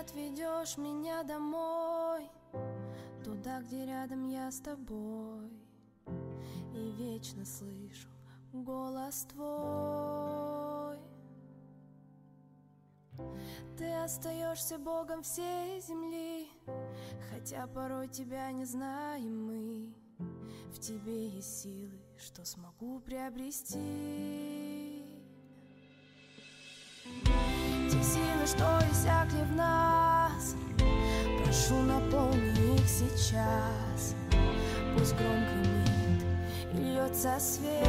отведешь меня домой, туда, где рядом я с тобой, и вечно слышу голос твой. Ты остаешься Богом всей земли, хотя порой тебя не знаем мы. В тебе есть силы, что смогу приобрести. Те силы, что иссякли в нас, прошу, наполни их сейчас. Пусть гром гремит и льется свет.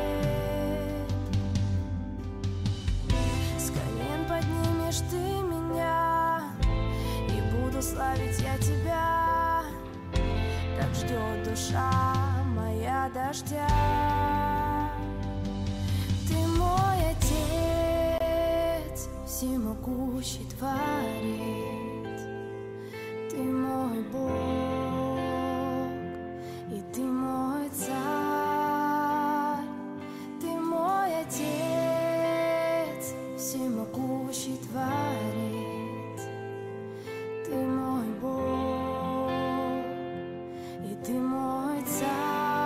С колен поднимешь ты меня, и буду славить я тебя, как ждет душа моя дождя. Ты мой Отец, всемогущий Творец. Ты мой Бог, и ты мой Царь. Ты мой Отец, всемогущий Творец. Ты мой Бог, и ты мой Царь.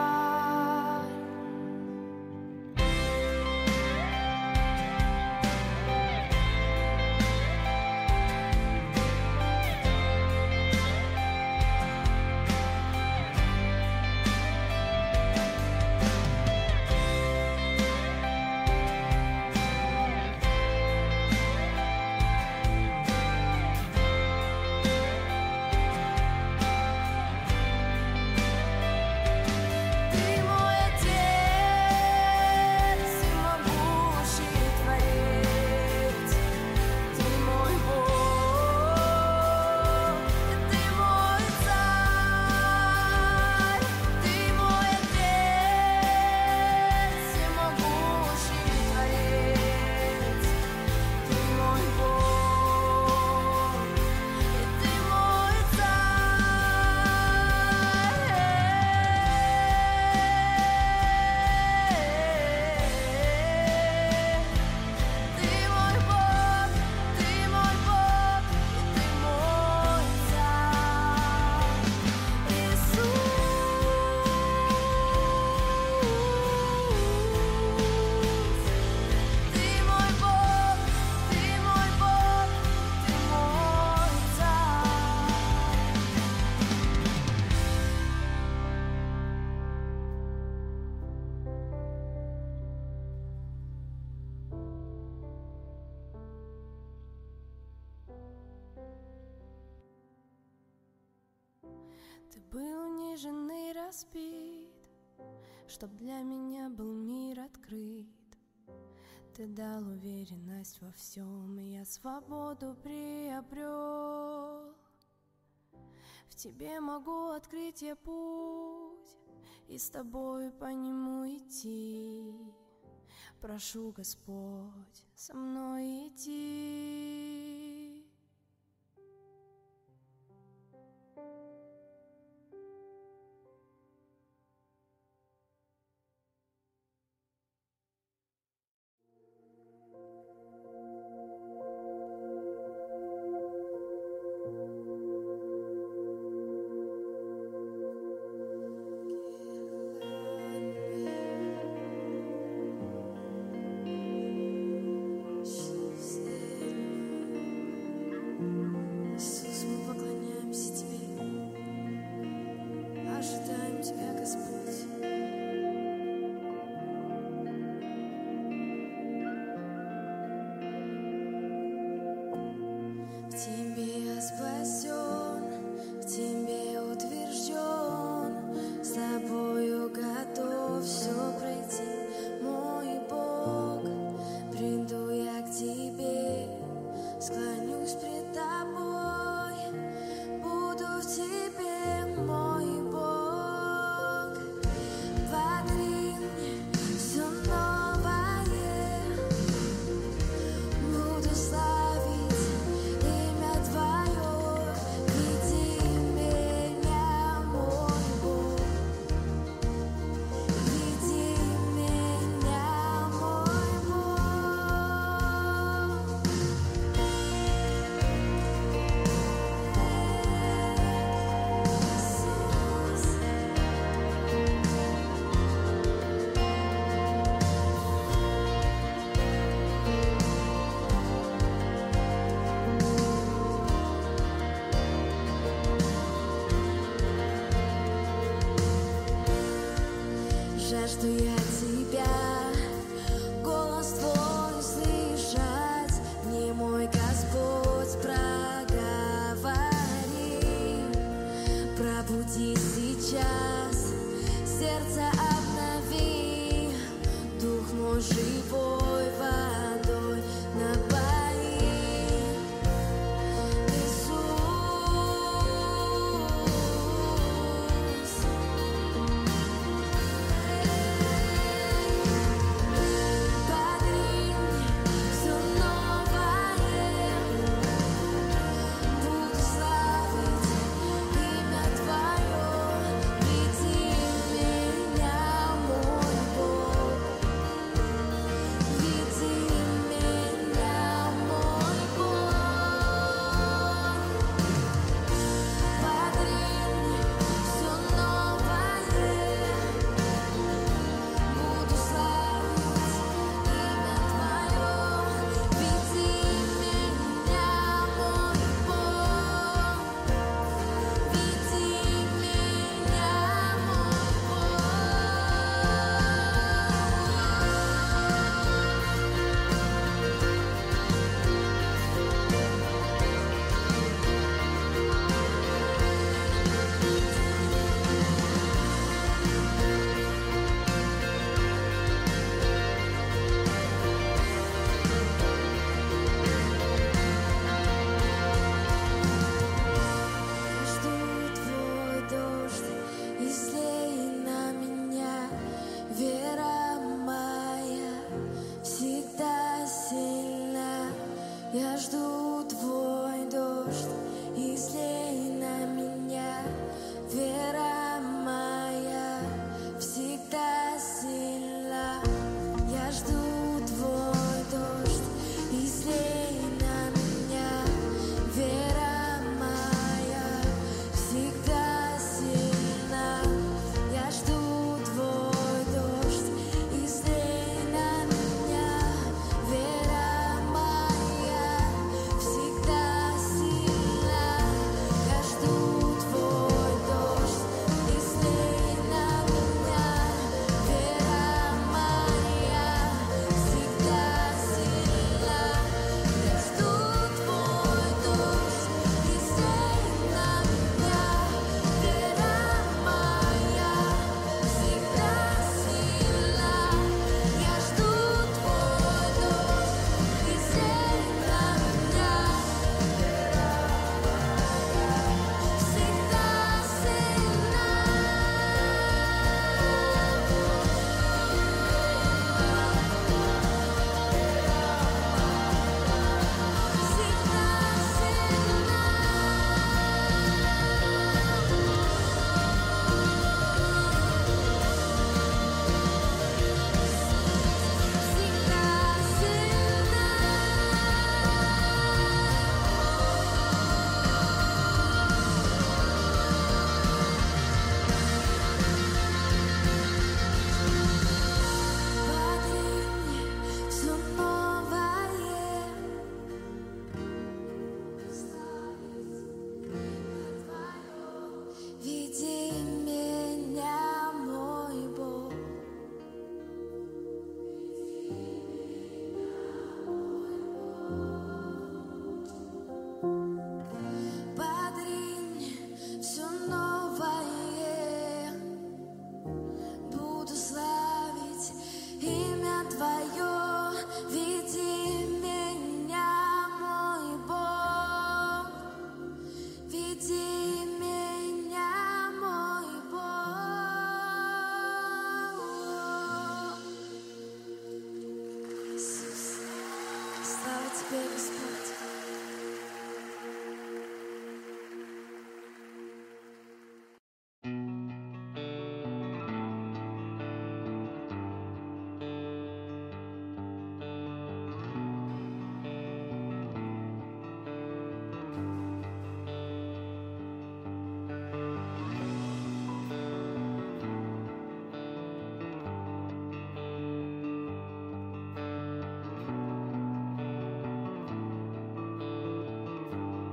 Ты был унижен и распит, чтоб для меня был мир открыт. Ты дал уверенность во всем, и я свободу приобрел. В тебе могу открыть я путь и с тобой по нему идти. Прошу, Господь, со мной иди. жажду я тебя, голос твой слышать, мне мой Господь проговори, пробуди сейчас, сердце обнови, дух мой живой водой напои. Я жду твой дождь, излей на меня, вера моя всегда сильна. Я жду твой дождь, излей на меня, вера моя всегда сильна. Я жду твой дождь, излей на меня, вера моя всегда сильна. Я жду твой дождь, излей на меня, вера моя всегда сильна. Я жду твой дождь, излей на меня, вера моя всегда сильна. Я жду твой дождь, излей на меня, всегда сильна. Веди меня, мой Бог. Подари мне все новое, буду славить имя Твое. Веди меня, мой Бог, веди меня, мой Бог. Иисус, слава Тебе, Господь.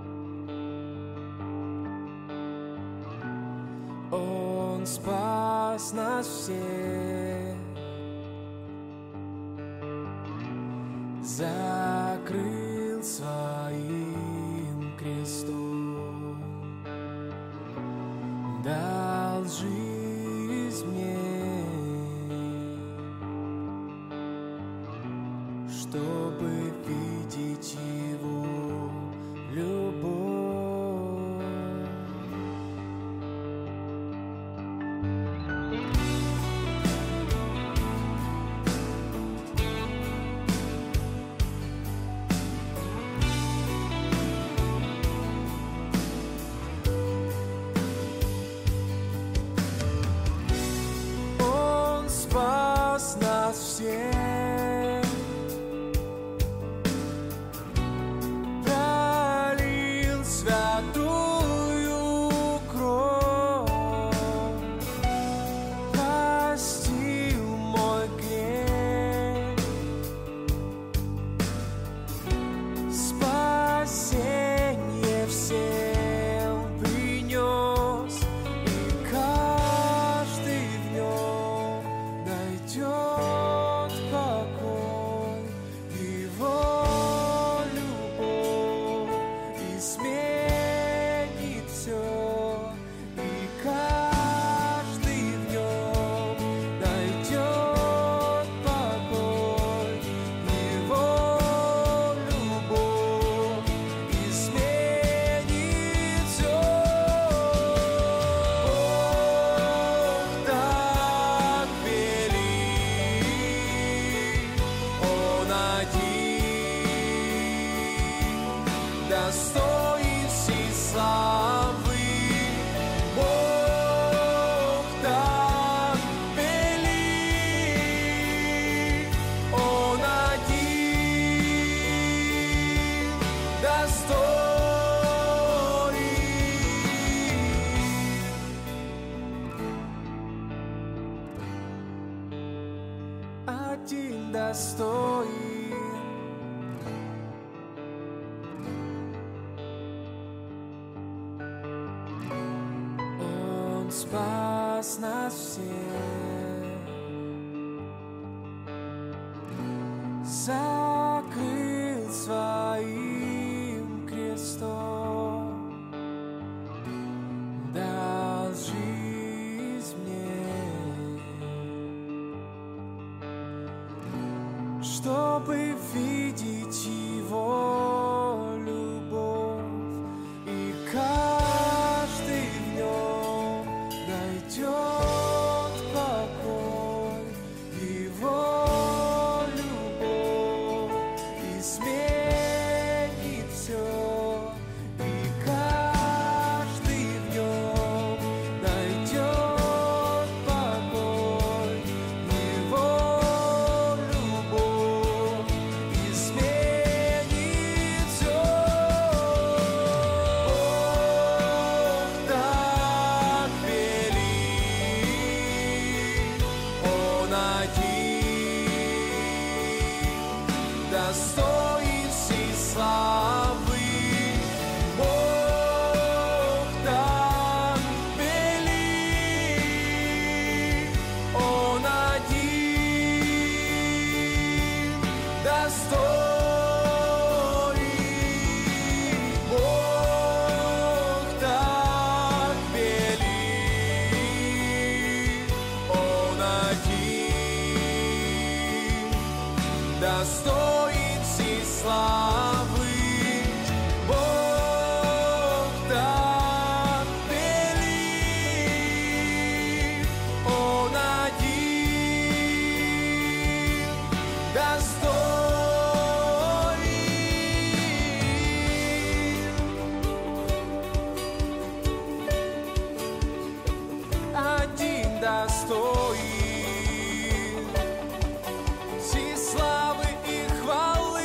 Он спас спас нас всех, закрыл своим крестом, дал жизнь мне, чтобы видеть Его любовь. Он спас нас всех, пролил святую кровь, простил мой грех, спасение всем принес, и каждый в нем найдет покой. Его любовь изменит все, и каждый в нем найдет покой. Его любовь изменит все. Бог так велик, Он один, достоин всей славы. Бог так велик, Он один, достоин. Один достоин. Он спас нас всех, закрыл своим крестом, дал жизнь мне, чтобы видеть Его любовь, и каждый в нем найдет покой. Его любовь изменит все, и каждый в нем найдет покой. Его любовь изменит все. Бог так велик, Он один, достоин всей славы. Бог так велик, Он один, достоин. Бог так велик, Он один, достоин всей славы. Бог так велик, Он один, достоин. Один достоин всей славы и хвалы.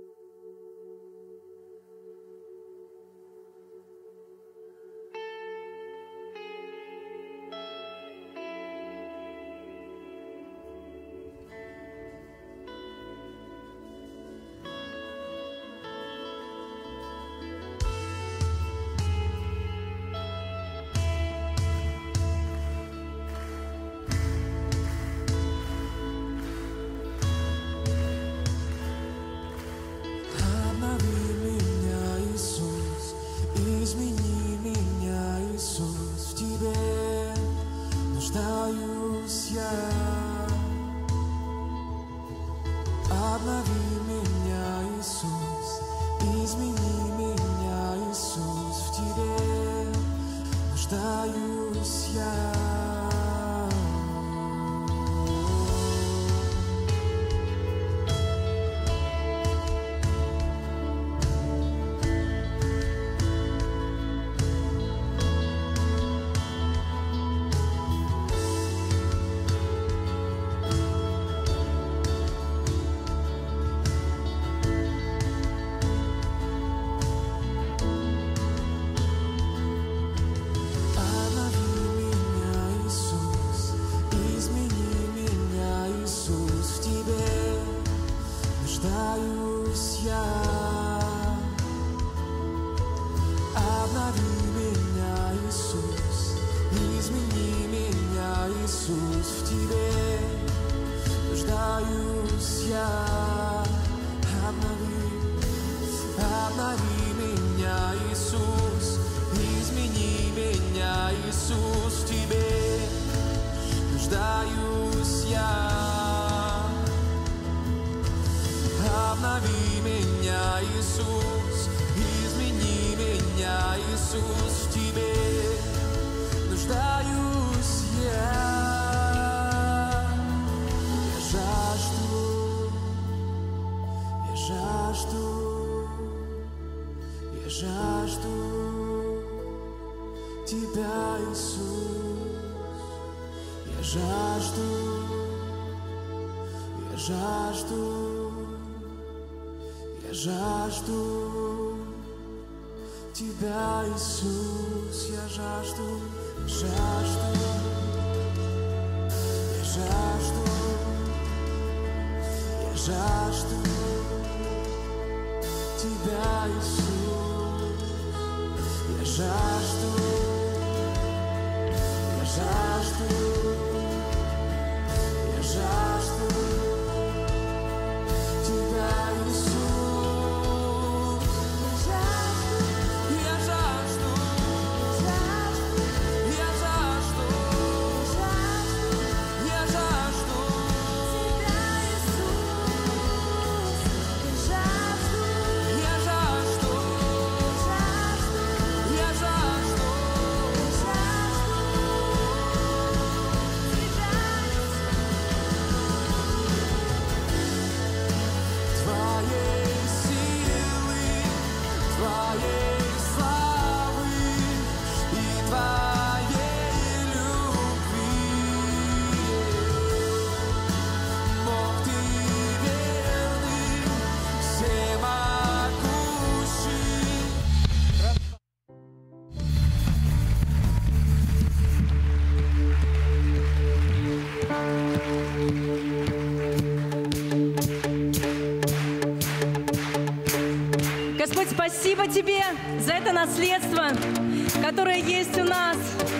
Спасибо Тебе за это наследство, которое есть у нас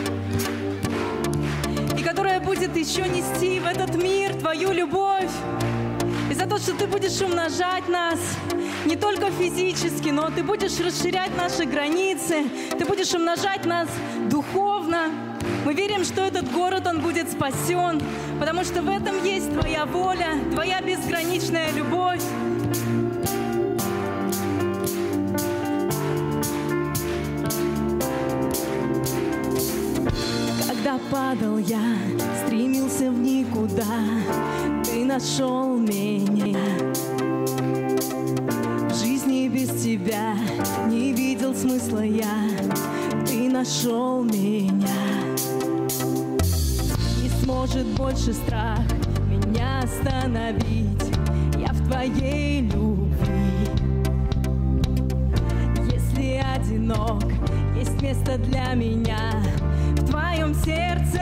и которое будет еще нести в этот мир Твою любовь. И за то, что Ты будешь умножать нас не только физически, но Ты будешь расширять наши границы, Ты будешь умножать нас духовно. Мы верим, что этот город, он будет спасен, потому что в этом есть Твоя воля, Твоя безграничная любовь. Когда падал я, стремился в никуда, Ты нашел меня. В жизни без Тебя не видел смысла я, Ты нашел меня. Не сможет больше страх меня остановить, я в Твоей любви. одинок, есть место для меня в твоем сердце,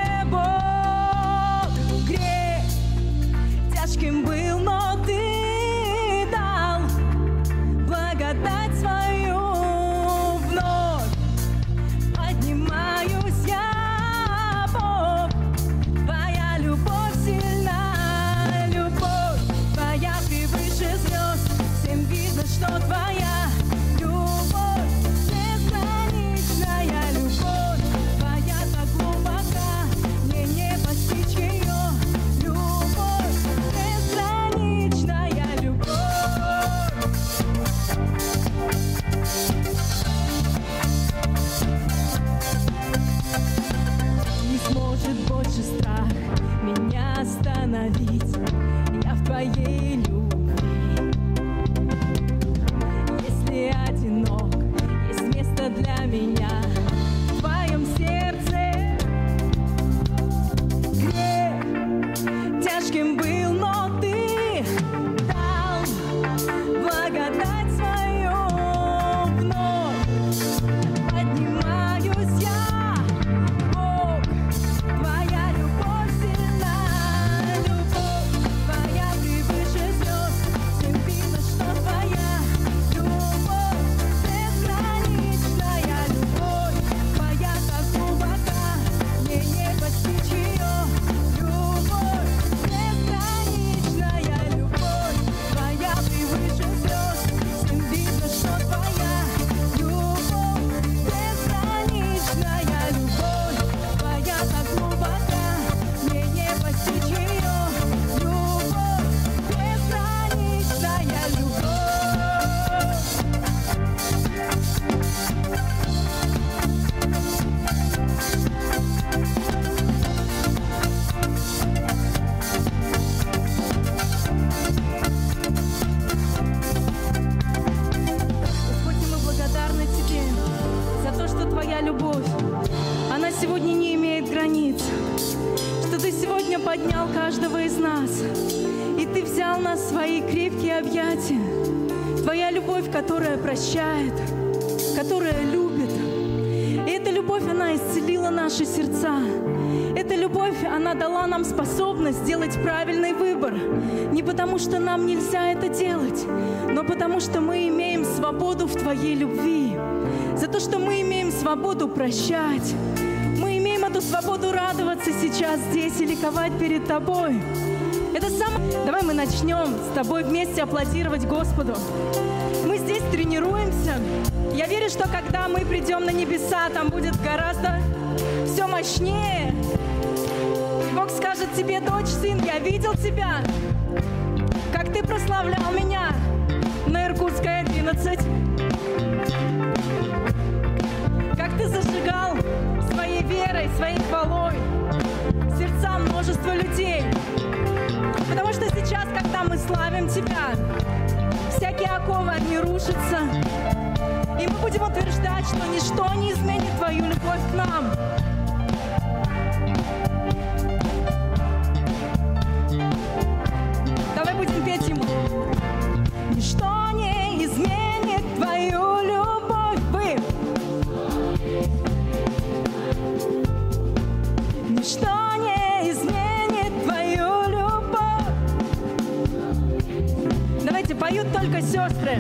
Бог. Грех тяжким был, но ты дал благодать свою вновь. Поднимаюсь я, Бог, твоя любовь сильна, любовь твоя превыше звезд, всем видно, что твоя любовь безграничная, любовь твоя так глубока, мне не постичь ее, любовь безграничная, любовь. Не сможет больше страх меня остановить, я в твоей любви. Если одинок, есть место для меня в твоем сердце. Грех тяжким был, но ты дал благодать свою вновь. Поднимаюсь я, Бог, твоя любовь сильна, любовь твоя превыше звезд, всем видно, что твоя любовь безграничная, любовь твоя так глубока, мне не постичь ее, любовь безграничная, любовь твоя превыше звезд, всем видно, что твоя любовь безграничная, любовь твоя так глубока, мне не постичь ее, любовь безграничная, любовь. Господи, мы благодарны Тебе за то, что Твоя любовь, она сегодня не имеет границ, что Ты сегодня поднял каждого из нас, и Ты взял нас в свои крепкие объятия. Твоя любовь, которая прощает, которая любит. И эта любовь, она исцелила наши сердца. Эта любовь, она дала нам способность сделать правильный выбор. Не потому, что нам нельзя это делать, но потому, что мы имеем свободу в Твоей любви. За то, что мы имеем свободу прощать. Мы имеем эту свободу радоваться сейчас здесь и ликовать перед Тобой. Это самое... Давай мы начнем с тобой вместе аплодировать Господу. Мы здесь тренируемся. Я верю, что когда мы придем на небеса, там будет гораздо все мощнее. Бог скажет тебе: дочь, сын, я видел тебя, как ты прославлял меня на Иркутской 11, как ты зажигал своей верой, своей хвалой сердца множества людей. Потому что сейчас, когда мы славим Тебя, всякие оковы, они рушатся. И мы будем утверждать, что ничто не изменит Твою любовь к нам. Давай будем петь Ему. Ничто не изменит Твою любовь. Вы. Ничто не изменит Твою любовь. Давайте, поют только сестры.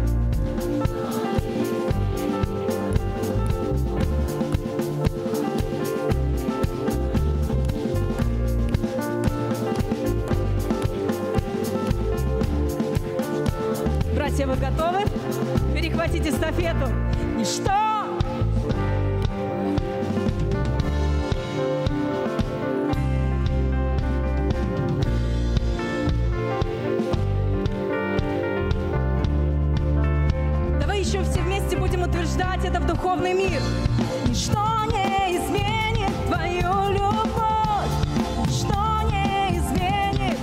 Братья, вы готовы? Перехватите эстафету. Ничто. Давай еще все вместе будем утверждать это в духовный мир. Ничто не изменит Твою любовь. Ничто не изменит.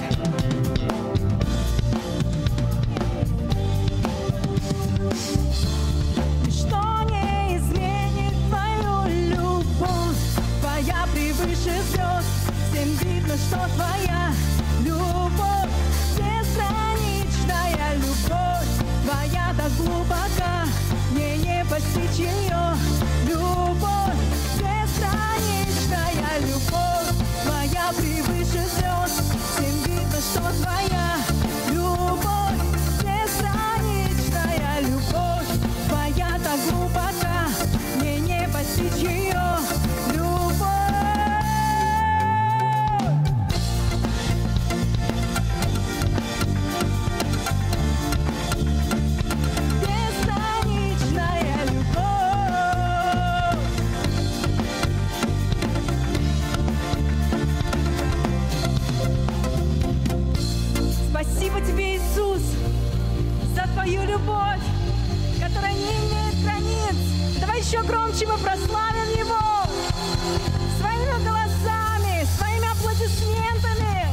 Ничто не изменит Твою любовь. Твоя превыше звезд. Всем видно, что Твоя любовь безграничная, любовь Твоя так глубока. Мне не постичь ее. Любовь, безграничная любовь, твоя превыше звезд, всем видно, что твоя. Любовь, безграничная любовь, твоя так глубока, мне не постичь ее. Спасибо тебе, Иисус, за твою любовь, которая не имеет границ. Давай еще громче мы прославим Его своими голосами, своими аплодисментами.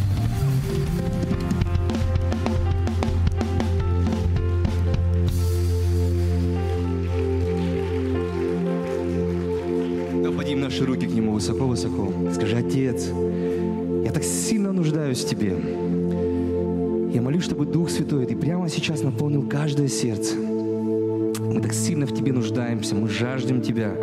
Да, подними наши руки к Нему высоко-высоко. Скажи: Отец, я так сильно нуждаюсь в Тебе. Я молюсь, чтобы Дух Святой, Ты прямо сейчас наполнил каждое сердце. Мы так сильно в Тебе нуждаемся, мы жаждем Тебя.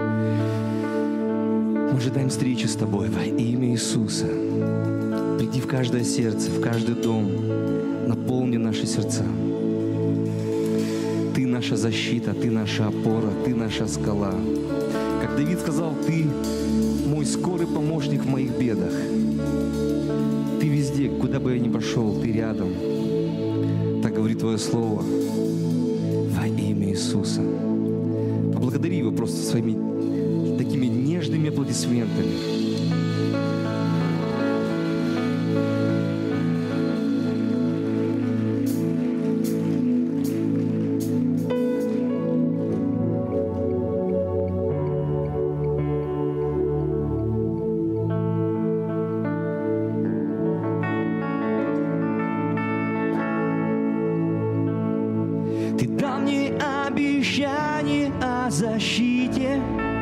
Мы ожидаем встречи с Тобой во имя Иисуса. Приди в каждое сердце, в каждый дом, наполни наши сердца. Ты наша защита, Ты наша опора, Ты наша скала. Как Давид сказал: Ты мой скорый помощник в моих бедах. Ты везде, куда бы я ни пошел, Ты рядом. Так говорит Твое Слово во имя Иисуса. Поблагодари Его просто своими такими нежными аплодисментами. Обещание о защите,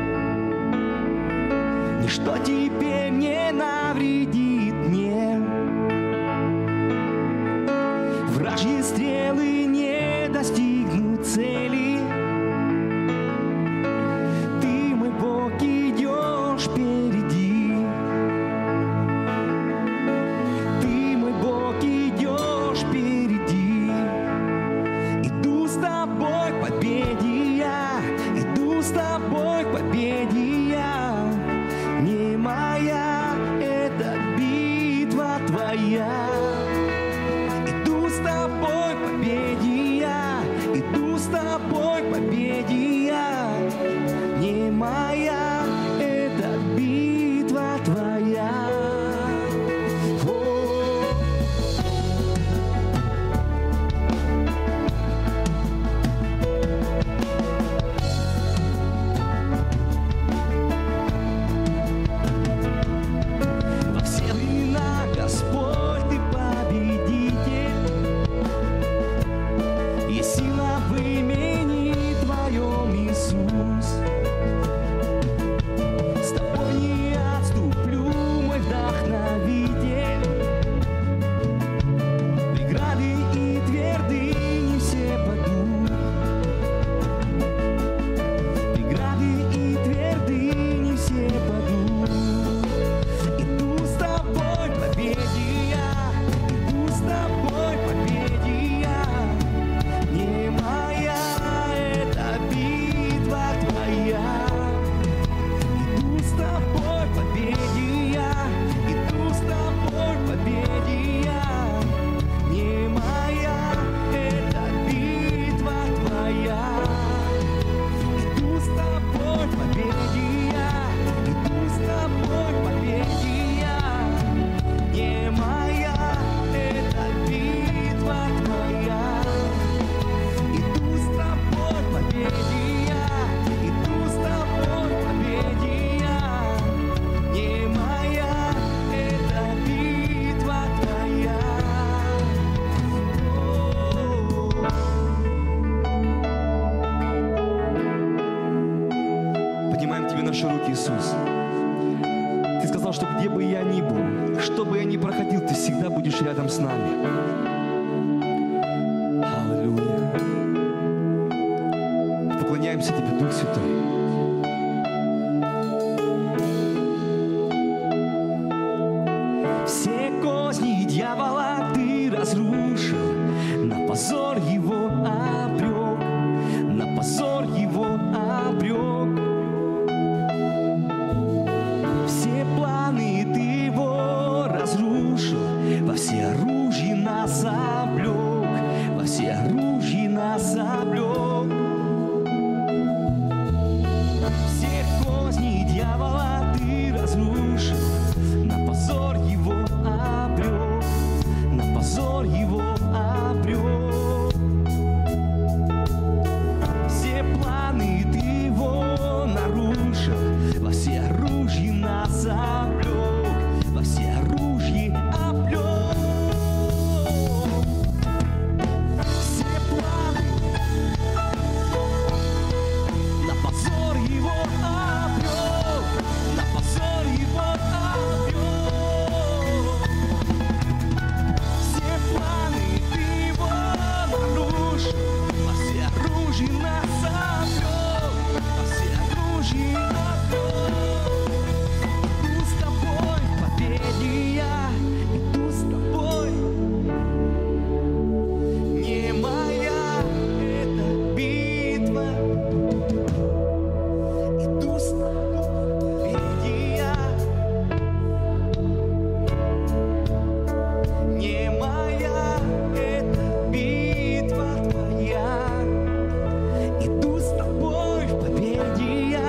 ничто теперь не навредит мне. Вражьи стрелы не достигнут цели. Ты, мой Бог, идешь впереди. Ты, мой Бог, идешь впереди. Иду с тобой к победе я, иду с тобой к победе я. Не моя эта битва твоя. Иду с тобой к победе я, иду с тобой к победе я. Не моя эта битва твоя. наши руки, Иисус. Ты сказал, что где бы я ни был, что бы я ни проходил, Ты всегда будешь рядом с нами. Аллилуйя. доверяемся Тебе, Дух Святой. Все козни дьявола Ты разрушил, на позор его обрек, на позор его обрек. Все планы Ты его разрушил, во все оружия нас облек, во все оружия нас облек. Все козни дьявола Ты разрушил, на позор его обрек, на позор его обрек. Все планы Ты его нарушил, во все оружия нас облек, во все оружия облек. Все планы на позор его обрек, на позор его обрек. Все планы Ты его нарушил, во все оружия нас облек, во все оружия облек. Иду с тобой в победе я, иду с тобой. Не моя эта битва. Иду с тобой в победе я. Не моя эта битва твоя. Иду с тобой в победе я.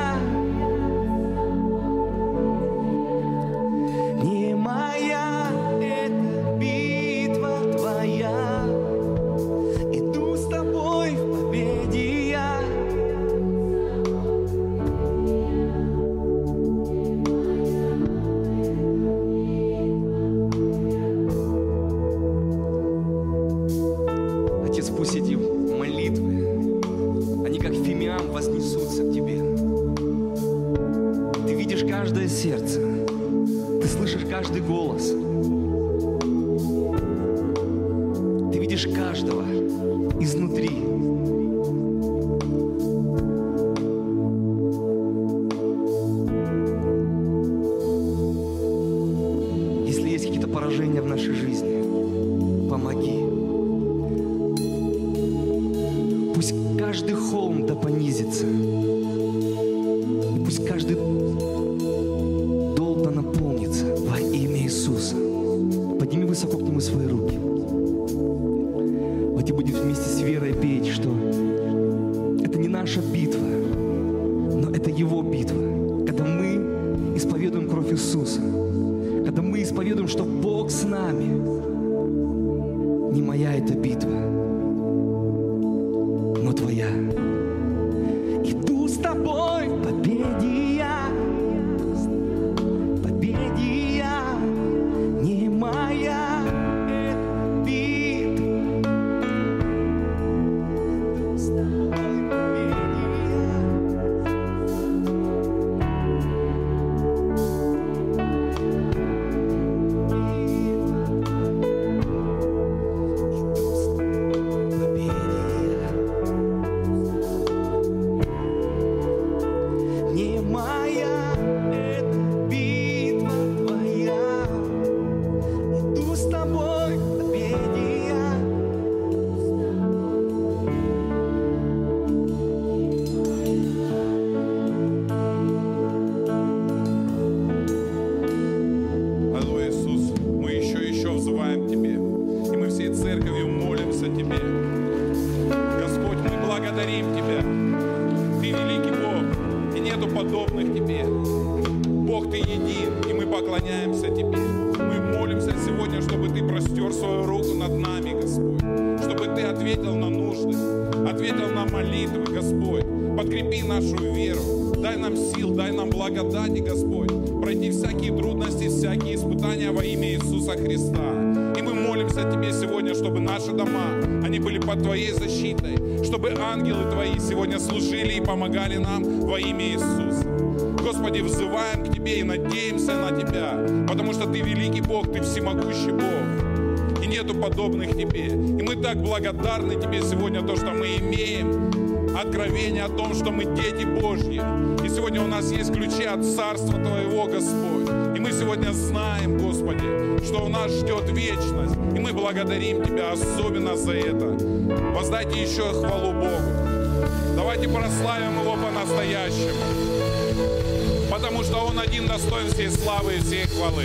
Не моя эта битва твоя. Иду с тобой в победе я. Отец, пусть эти молитвы, они как фимиам вознесутся к Тебе. Ты видишь каждое сердце, Ты слышишь каждый голос, Ты видишь каждого изнутри. Если есть какие-то поражения в нашей жизни, помоги. Пусть каждый холм да понизится. И пусть каждый дол да наполнится во имя Иисуса. Подними высоко к Нему свои руки. Вот и будем вместе с верой петь, что это не наша битва, но это Его битва. Когда мы исповедуем кровь Иисуса, когда мы исповедуем, что Бог с нами, не моя эта битва, но Твоя. Иду с Тобой в победе я, в победе я. Не моя эта битва. Иду с Тобой в победе не моя эта битва твоя. Иду с тобой в победе я. Аллилуйя, Иисус, мы еще взываем к Тебе, и мы всей церковью молимся Тебе. Господь, мы благодарим Тебя. Ты великий Бог, и нету подобных Тебе. Бог, Ты един, и мы поклоняемся Тебе. Мы молимся сегодня, чтобы Ты простер свою руку над нами, Господь, чтобы Ты ответил на нужды, ответил на молитвы, Господь. Подкрепи нашу веру, дай нам сил, дай нам благодати, Господь, пройти всякие трудности, всякие испытания во имя Иисуса Христа. И мы молимся Тебе сегодня, чтобы наши дома, они были под Твоей защитой, чтобы ангелы Твои сегодня служили и помогали нам во имя Иисуса. Господи, взываем к Тебе и надеемся на Тебя, потому что Ты великий Бог, Ты всемогущий Бог, и нету подобных Тебе. И мы так благодарны Тебе сегодня, то, что мы имеем откровение о том, что мы дети Божьи. И сегодня у нас есть ключи от Царства Твоего, Господь. И мы сегодня знаем, Господи, что у нас ждет вечность. И мы благодарим Тебя особенно за это. Воздайте еще хвалу Богу. Давайте прославим Его по-настоящему. Потому что Он один достоин всей славы и всей хвалы.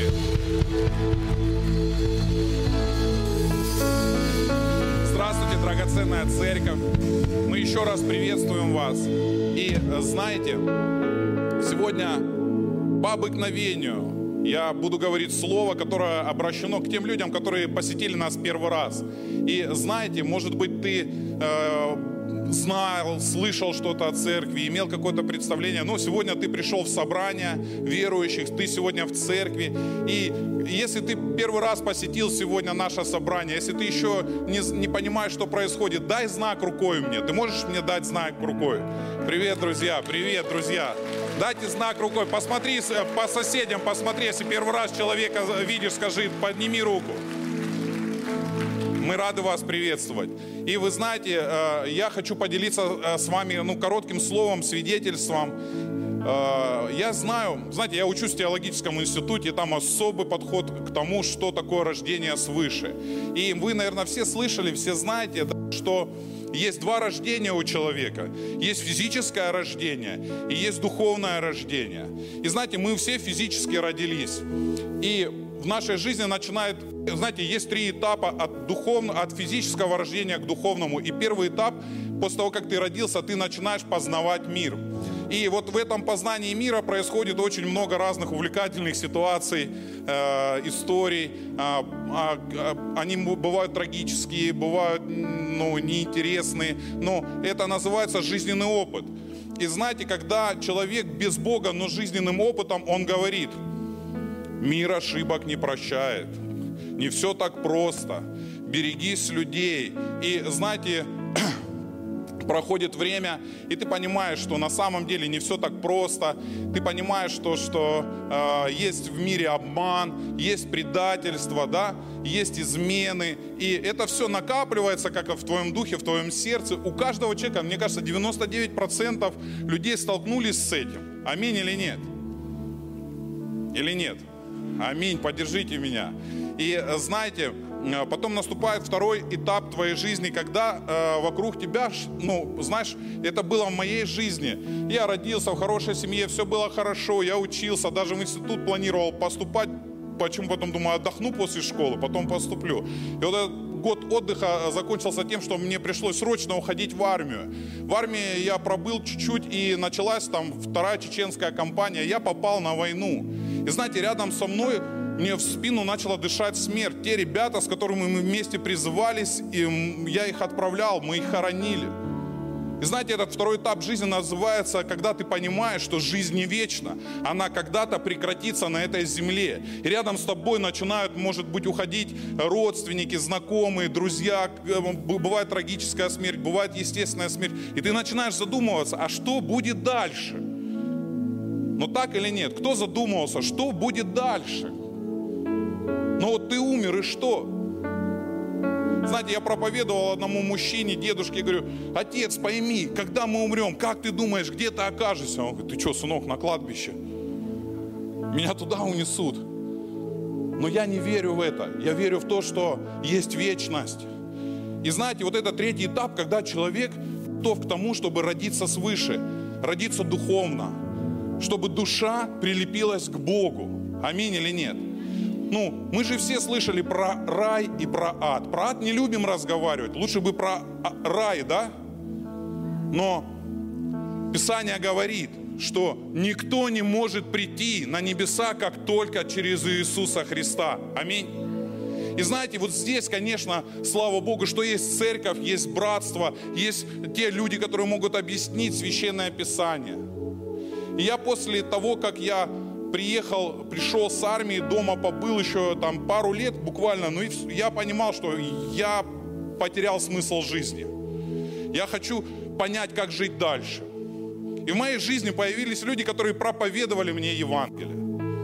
Здравствуйте, драгоценная церковь. Мы еще раз приветствуем вас. И знаете, сегодня по обыкновению я буду говорить слово, которое обращено к тем людям, которые посетили нас первый раз. И знаете, может быть, ты знал, слышал что-то о церкви, имел какое-то представление, но сегодня ты пришел в собрание верующих, ты сегодня в церкви, и если ты первый раз посетил сегодня наше собрание, если ты еще не понимаешь, что происходит, дай знак рукой мне. Ты можешь мне дать знак рукой? Привет, друзья, привет, друзья. Дайте знак рукой, посмотри по соседям, посмотри, если первый раз человека видишь, скажи, подними руку. Мы рады вас приветствовать. И вы знаете, я хочу поделиться с вами коротким словом, свидетельством. Я знаю, знаете, я учусь в теологическом институте, там особый подход к тому, что такое рождение свыше. И вы, наверное, все слышали, все знаете, что есть два рождения у человека. Есть физическое рождение и есть духовное рождение. И знаете, мы все физически родились. И в нашей жизни начинает, знаете, есть три этапа от физического рождения к духовному. И первый этап, после того, как ты родился, ты начинаешь познавать мир. И вот в этом познании мира происходит очень много разных увлекательных ситуаций, историй. Они бывают трагические, бывают неинтересные, но это называется жизненный опыт. И знаете, когда человек без Бога, но жизненным опытом, он говорит: мир ошибок не прощает, не все так просто, берегись людей. И знаете, проходит время, и ты понимаешь, что на самом деле не все так просто. Ты понимаешь, что есть в мире обман, есть предательство, да? Есть измены. И это все накапливается, как в твоем духе, в твоем сердце. У каждого человека, мне кажется, 99% людей столкнулись с этим. Аминь или нет? Или нет? Аминь, поддержите меня. И знаете, потом наступает второй этап твоей жизни, когда вокруг тебя, знаешь, это было в моей жизни. Я родился в хорошей семье, все было хорошо, я учился, даже в институт планировал поступать. Почему потом думаю, отдохну после школы, потом поступлю. И вот этот год отдыха закончился тем, что мне пришлось срочно уходить в армию. В армии я пробыл чуть-чуть, и началась там вторая чеченская кампания. Я попал на войну. И знаете, рядом со мной мне в спину начала дышать смерть. Те ребята, с которыми мы вместе призывались, и я их отправлял, мы их хоронили. И знаете, этот второй этап жизни называется, когда ты понимаешь, что жизнь не вечна. Она когда-то прекратится на этой земле. И рядом с тобой начинают, может быть, уходить родственники, знакомые, друзья. Бывает трагическая смерть, бывает естественная смерть. И ты начинаешь задумываться, а что будет дальше? Но так или нет? Кто задумывался, что будет дальше? Но вот ты умер, и что? Знаете, я проповедовал одному мужчине, дедушке, говорю: отец, пойми, когда мы умрем, как ты думаешь, где ты окажешься? Он говорит: ты что, сынок, на кладбище? Меня туда унесут. Но я не верю в это. Я верю в то, что есть вечность. И знаете, вот это третий этап, когда человек готов к тому, чтобы родиться свыше, родиться духовно, чтобы душа прилепилась к Богу. Аминь или нет? Мы же все слышали про рай и про ад. Про ад не любим разговаривать, лучше бы про рай, да? Но Писание говорит, что никто не может прийти на небеса, как только через Иисуса Христа. Аминь. И знаете, вот здесь, конечно, слава Богу, что есть церковь, есть братство, есть те люди, которые могут объяснить Священное Писание. И я после того, как я пришел с армии, дома побыл еще там пару лет буквально, но я понимал, что я потерял смысл жизни. Я хочу понять, как жить дальше. И в моей жизни появились люди, которые проповедовали мне Евангелие.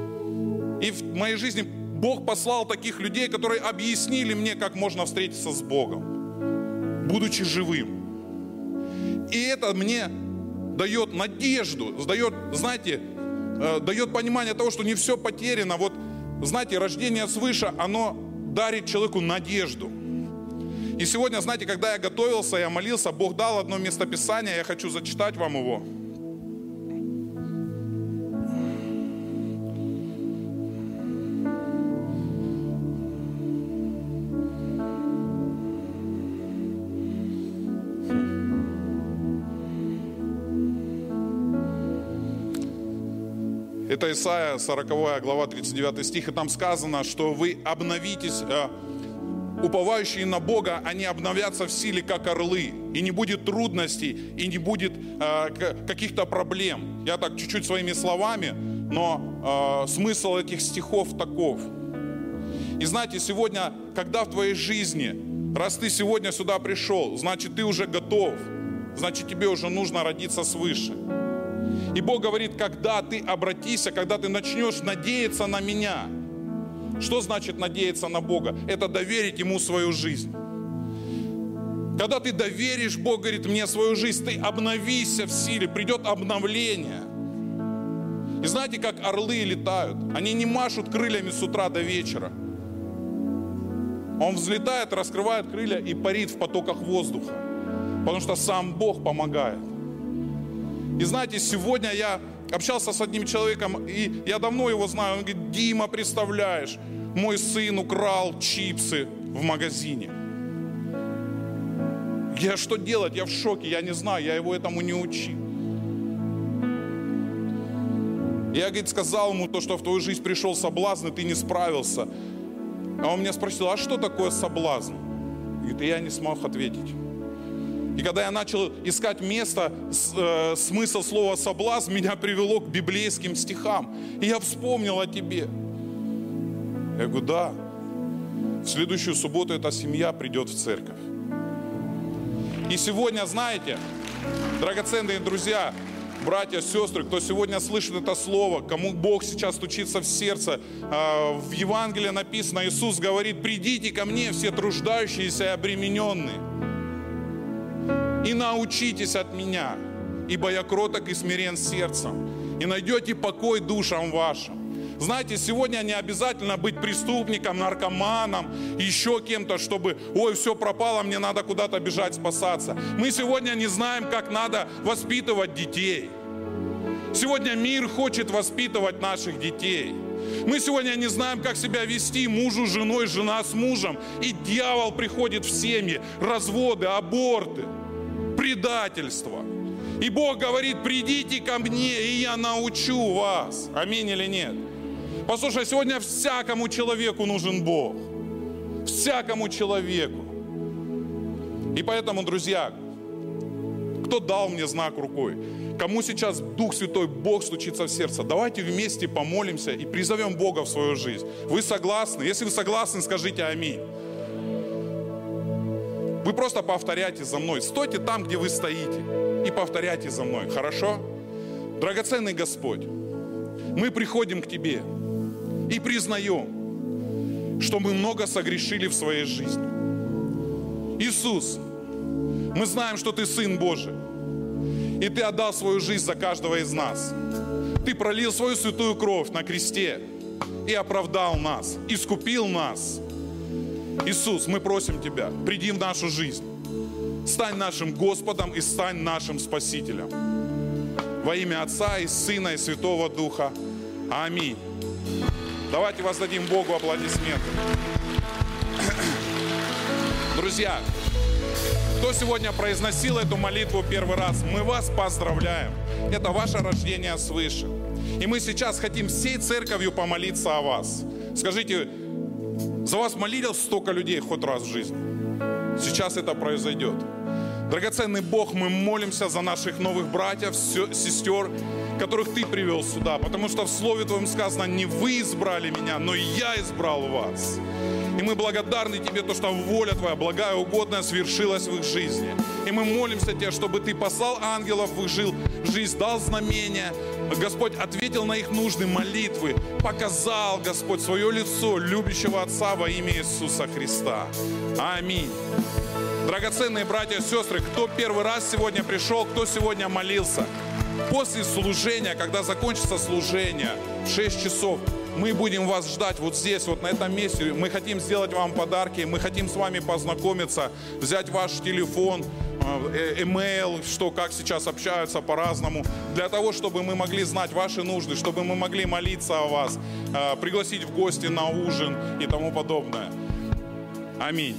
И в моей жизни Бог послал таких людей, которые объяснили мне, как можно встретиться с Богом, будучи живым. И это мне дает надежду, дает, знаете, дает понимание того, что не все потеряно. Вот, знаете, рождение свыше, оно дарит человеку надежду. И сегодня, знаете, когда я готовился, я молился, Бог дал одно местописание, я хочу зачитать вам его. Это Исайя, 40 глава, 39 стих, и там сказано, что вы обновитесь, уповающие на Бога, они обновятся в силе, как орлы, и не будет трудностей, и не будет каких-то проблем. Я так чуть-чуть своими словами, но смысл этих стихов таков. И знаете, сегодня, когда в твоей жизни, раз ты сегодня сюда пришел, значит, ты уже готов, значит, тебе уже нужно родиться свыше. И Бог говорит, когда ты обратишься, когда ты начнешь надеяться на Меня. Что значит надеяться на Бога? Это доверить Ему свою жизнь. Когда ты доверишь, Бог говорит, мне свою жизнь, ты обновишься в силе, придет обновление. И знаете, как орлы летают? Они не машут крыльями с утра до вечера. Он взлетает, раскрывает крылья и парит в потоках воздуха. Потому что сам Бог помогает. И знаете, сегодня я общался с одним человеком, и я давно его знаю. Он говорит, Дима, представляешь, мой сын украл чипсы в магазине. Я что делать? Я в шоке, я не знаю, я его этому не учил. Я, говорит, сказал ему то, что в твою жизнь пришел соблазн, и ты не справился. А он меня спросил, а что такое соблазн? Говорит, и я не смог ответить. И когда я начал искать место, смысл слова «соблазн» меня привело к библейским стихам. И я вспомнил о тебе. Я говорю, да, в следующую субботу эта семья придет в церковь. И сегодня, знаете, драгоценные друзья, братья, сестры, кто сегодня слышит это слово, кому Бог сейчас стучится в сердце, в Евангелии написано, Иисус говорит, придите ко мне, все труждающиеся и обремененные. И научитесь от Меня, ибо я кроток и смирен сердцем, и найдете покой душам вашим. Знаете, сегодня не обязательно быть преступником, наркоманом, еще кем-то, чтобы, ой, все пропало, мне надо куда-то бежать, спасаться. Мы сегодня не знаем, как надо воспитывать детей. Сегодня мир хочет воспитывать наших детей. Мы сегодня не знаем, как себя вести мужу с женой, жена с мужем. И дьявол приходит в семьи, разводы, аборты, предательство. И Бог говорит, придите ко мне, и я научу вас. Аминь или нет? Послушай, сегодня всякому человеку нужен Бог. Всякому человеку. И поэтому, друзья, кто дал мне знак рукой? Кому сейчас Дух Святой, Бог стучится в сердце? Давайте вместе помолимся и призовем Бога в свою жизнь. Вы согласны? Если вы согласны, скажите аминь. Вы просто повторяйте за мной. Стойте там, где вы стоите, и повторяйте за мной. Хорошо? Драгоценный Господь, мы приходим к Тебе и признаем, что мы много согрешили в своей жизни. Иисус, мы знаем, что Ты Сын Божий, и Ты отдал свою жизнь за каждого из нас. Ты пролил свою святую кровь на кресте и оправдал нас, искупил нас. Иисус, мы просим Тебя, приди в нашу жизнь, стань нашим Господом и стань нашим Спасителем. Во имя Отца и Сына и Святого Духа. Аминь. Давайте воздадим Богу аплодисменты. Друзья, кто сегодня произносил эту молитву первый раз, мы вас поздравляем. Это ваше рождение свыше. И мы сейчас хотим всей церковью помолиться о вас. Скажите, за вас молились столько людей хоть раз в жизни? Сейчас это произойдет. Драгоценный Бог, мы молимся за наших новых братьев, сестер, которых Ты привел сюда. Потому что в Слове Твоем сказано, не вы избрали меня, но я избрал вас. И мы благодарны Тебе, то, что воля Твоя, благая и угодная, свершилась в их жизни. И мы молимся Тебе, чтобы Ты послал ангелов в их жизнь, дал знамения. Господь ответил на их нужды, молитвы, показал, Господь, свое лицо любящего Отца во имя Иисуса Христа. Аминь. Драгоценные братья и сестры, кто первый раз сегодня пришел, кто сегодня молился, после служения, когда закончится служение в 6 часов, мы будем вас ждать вот здесь, вот на этом месте. Мы хотим сделать вам подарки, мы хотим с вами познакомиться, взять ваш телефон, имейл, что как сейчас общаются по-разному, для того, чтобы мы могли знать ваши нужды, чтобы мы могли молиться о вас, пригласить в гости на ужин и тому подобное. Аминь.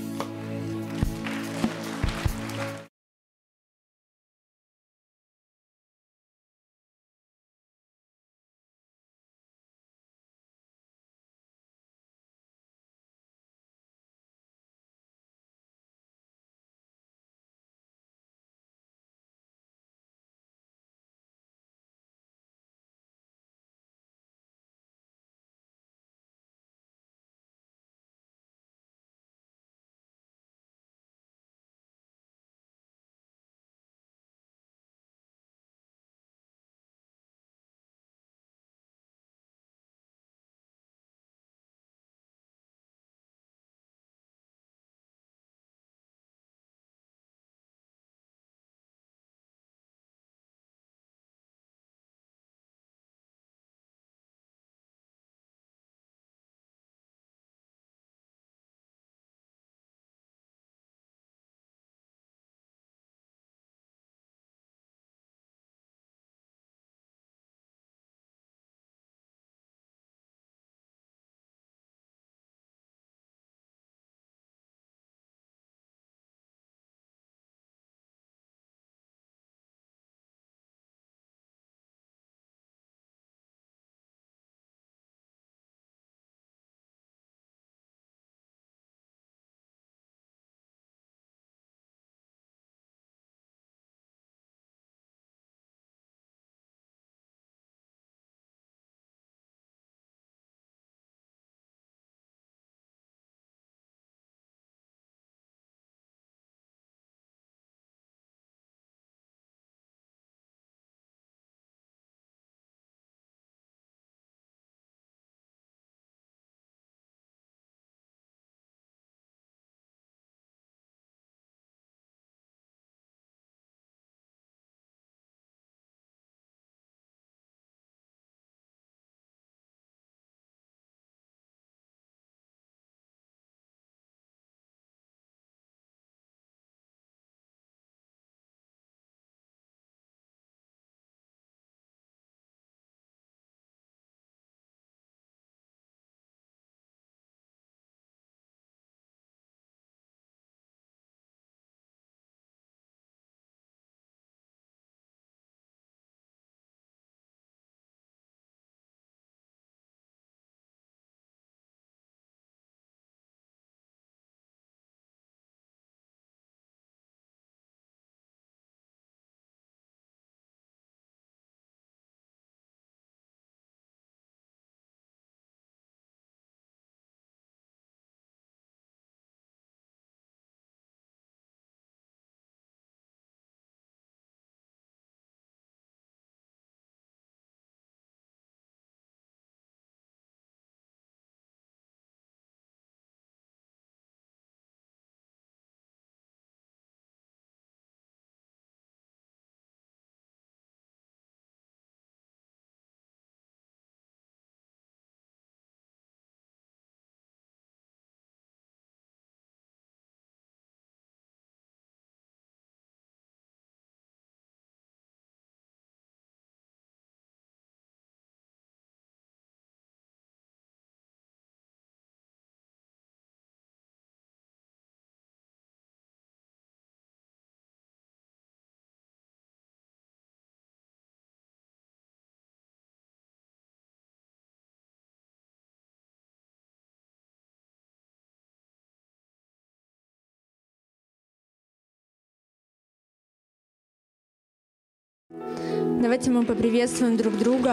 Давайте мы поприветствуем друг друга.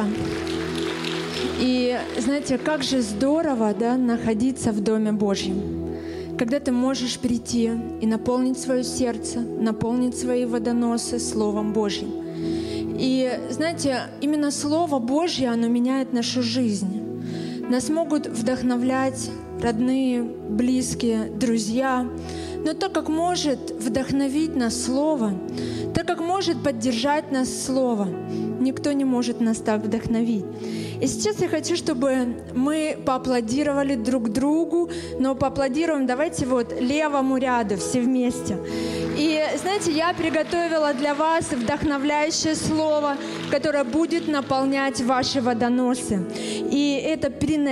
И знаете, как же здорово, да, находиться в Доме Божьем, когда ты можешь прийти и наполнить свое сердце, наполнить свои водоносы Словом Божьим. И знаете, именно Слово Божье, оно меняет нашу жизнь. Нас могут вдохновлять родные, близкие, друзья. Но так как может вдохновить нас Слово, так как может поддержать нас Слово, никто не может нас так вдохновить. И сейчас я хочу, чтобы мы поаплодировали друг другу, но поаплодируем, давайте вот левому ряду все вместе. И знаете, я приготовила для вас вдохновляющее слово, которое будет наполнять ваши водоносы. И это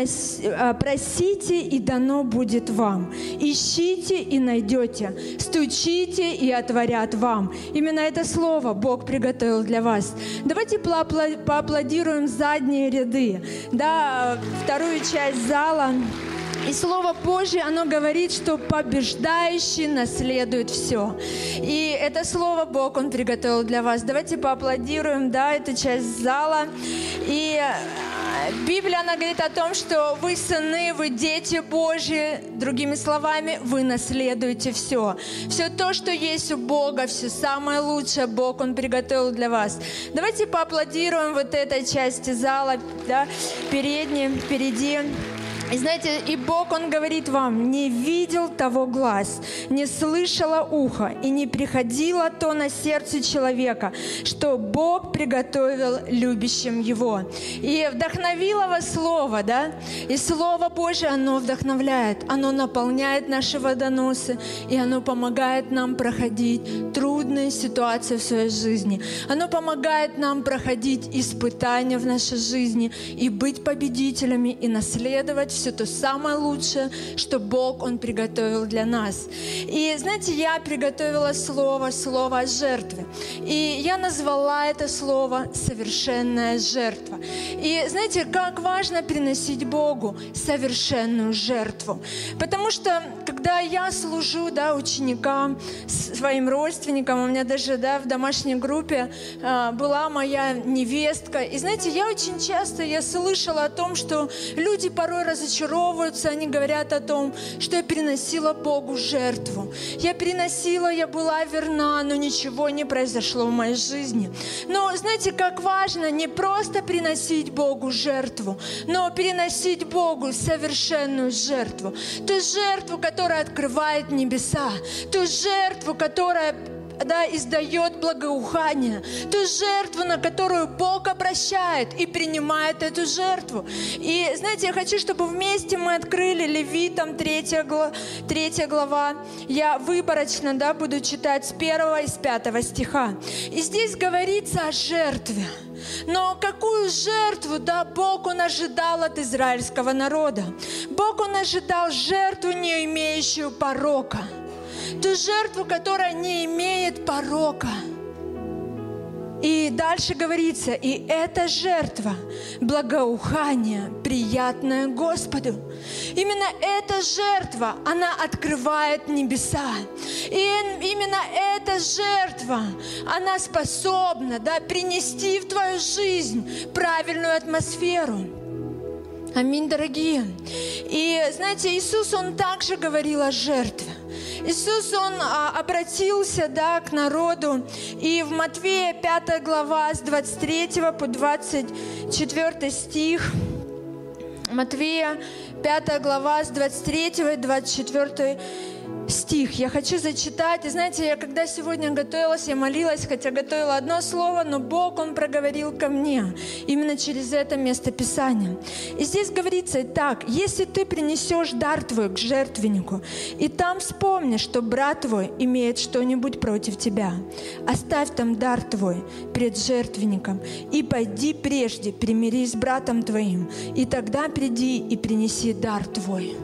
просите, и дано будет вам. Ищите, и найдете. Стучите, и отворят вам. Именно это слово Бог приготовил для вас. Давайте поаплодируем задние ряды, да, вторую часть зала. И Слово Божье, оно говорит, что побеждающий наследует все. И это Слово Бог, Он приготовил для вас. Давайте поаплодируем, да, эту часть зала. И Библия, она говорит о том, что вы сыны, вы дети Божьи. Другими словами, вы наследуете все. Все то, что есть у Бога, все самое лучшее Бог, Он приготовил для вас. Давайте поаплодируем вот этой части зала, да, впереди. И знаете, и Бог, Он говорит вам: не видел того глаз, не слышало ухо, и не приходило то на сердце человека, что Бог приготовил любящим Его. И вдохновило вас Слово, да? И Слово Божие, оно вдохновляет, оно наполняет наши водоносы, и оно помогает нам проходить трудные ситуации в своей жизни. Оно помогает нам проходить испытания в нашей жизни и быть победителями, и наследовать все то самое лучшее, что Бог, Он приготовил для нас. И знаете, я приготовила слово о жертве. И я назвала это слово «совершенная жертва». И знаете, как важно приносить Богу совершенную жертву. Потому что, когда я служу, да, ученикам, своим родственникам, у меня даже, да, в домашней группе была моя невестка. И знаете, я очень часто слышала о том, что люди порой разочаровываются, они говорят о том, что я приносила Богу жертву. Я была верна, но ничего не произошло в моей жизни. Но знаете, как важно не просто приносить Богу жертву, но приносить Богу совершенную жертву. Ту жертву, которая открывает небеса, ту жертву, которая, да, издает благоухание, ту жертву, на которую Бог обращает и принимает эту жертву. И знаете, я хочу, чтобы вместе мы открыли Левитам 3 глава. Я выборочно, да, буду читать с 1 и с 5 стиха. И здесь говорится о жертве. Но какую жертву, да, Бог, Он ожидал от израильского народа? Бог, Он ожидал жертву, не имеющую порока. Ту жертву, которая не имеет порока. И дальше говорится: и эта жертва, благоухание, приятное Господу. Именно эта жертва, она открывает небеса. И именно эта жертва, она способна, да, принести в твою жизнь правильную атмосферу. Аминь, дорогие. И знаете, Иисус, Он также говорил о жертве. Иисус, Он обратился, да, к народу. И в Матфея 5 глава с 23 по 24 стих. Матфея 5 глава с 23 и 24 стих. Я хочу зачитать. И знаете, я когда сегодня готовилась, я молилась, хотя готовила одно слово, но Бог, Он проговорил ко мне именно через это место Писания. И здесь говорится: итак, если ты принесешь дар твой к жертвеннику, и там вспомнишь, что брат твой имеет что-нибудь против тебя, оставь там дар твой пред жертвенником, и пойди прежде, примирись с братом твоим, и тогда приди и принеси дар твой.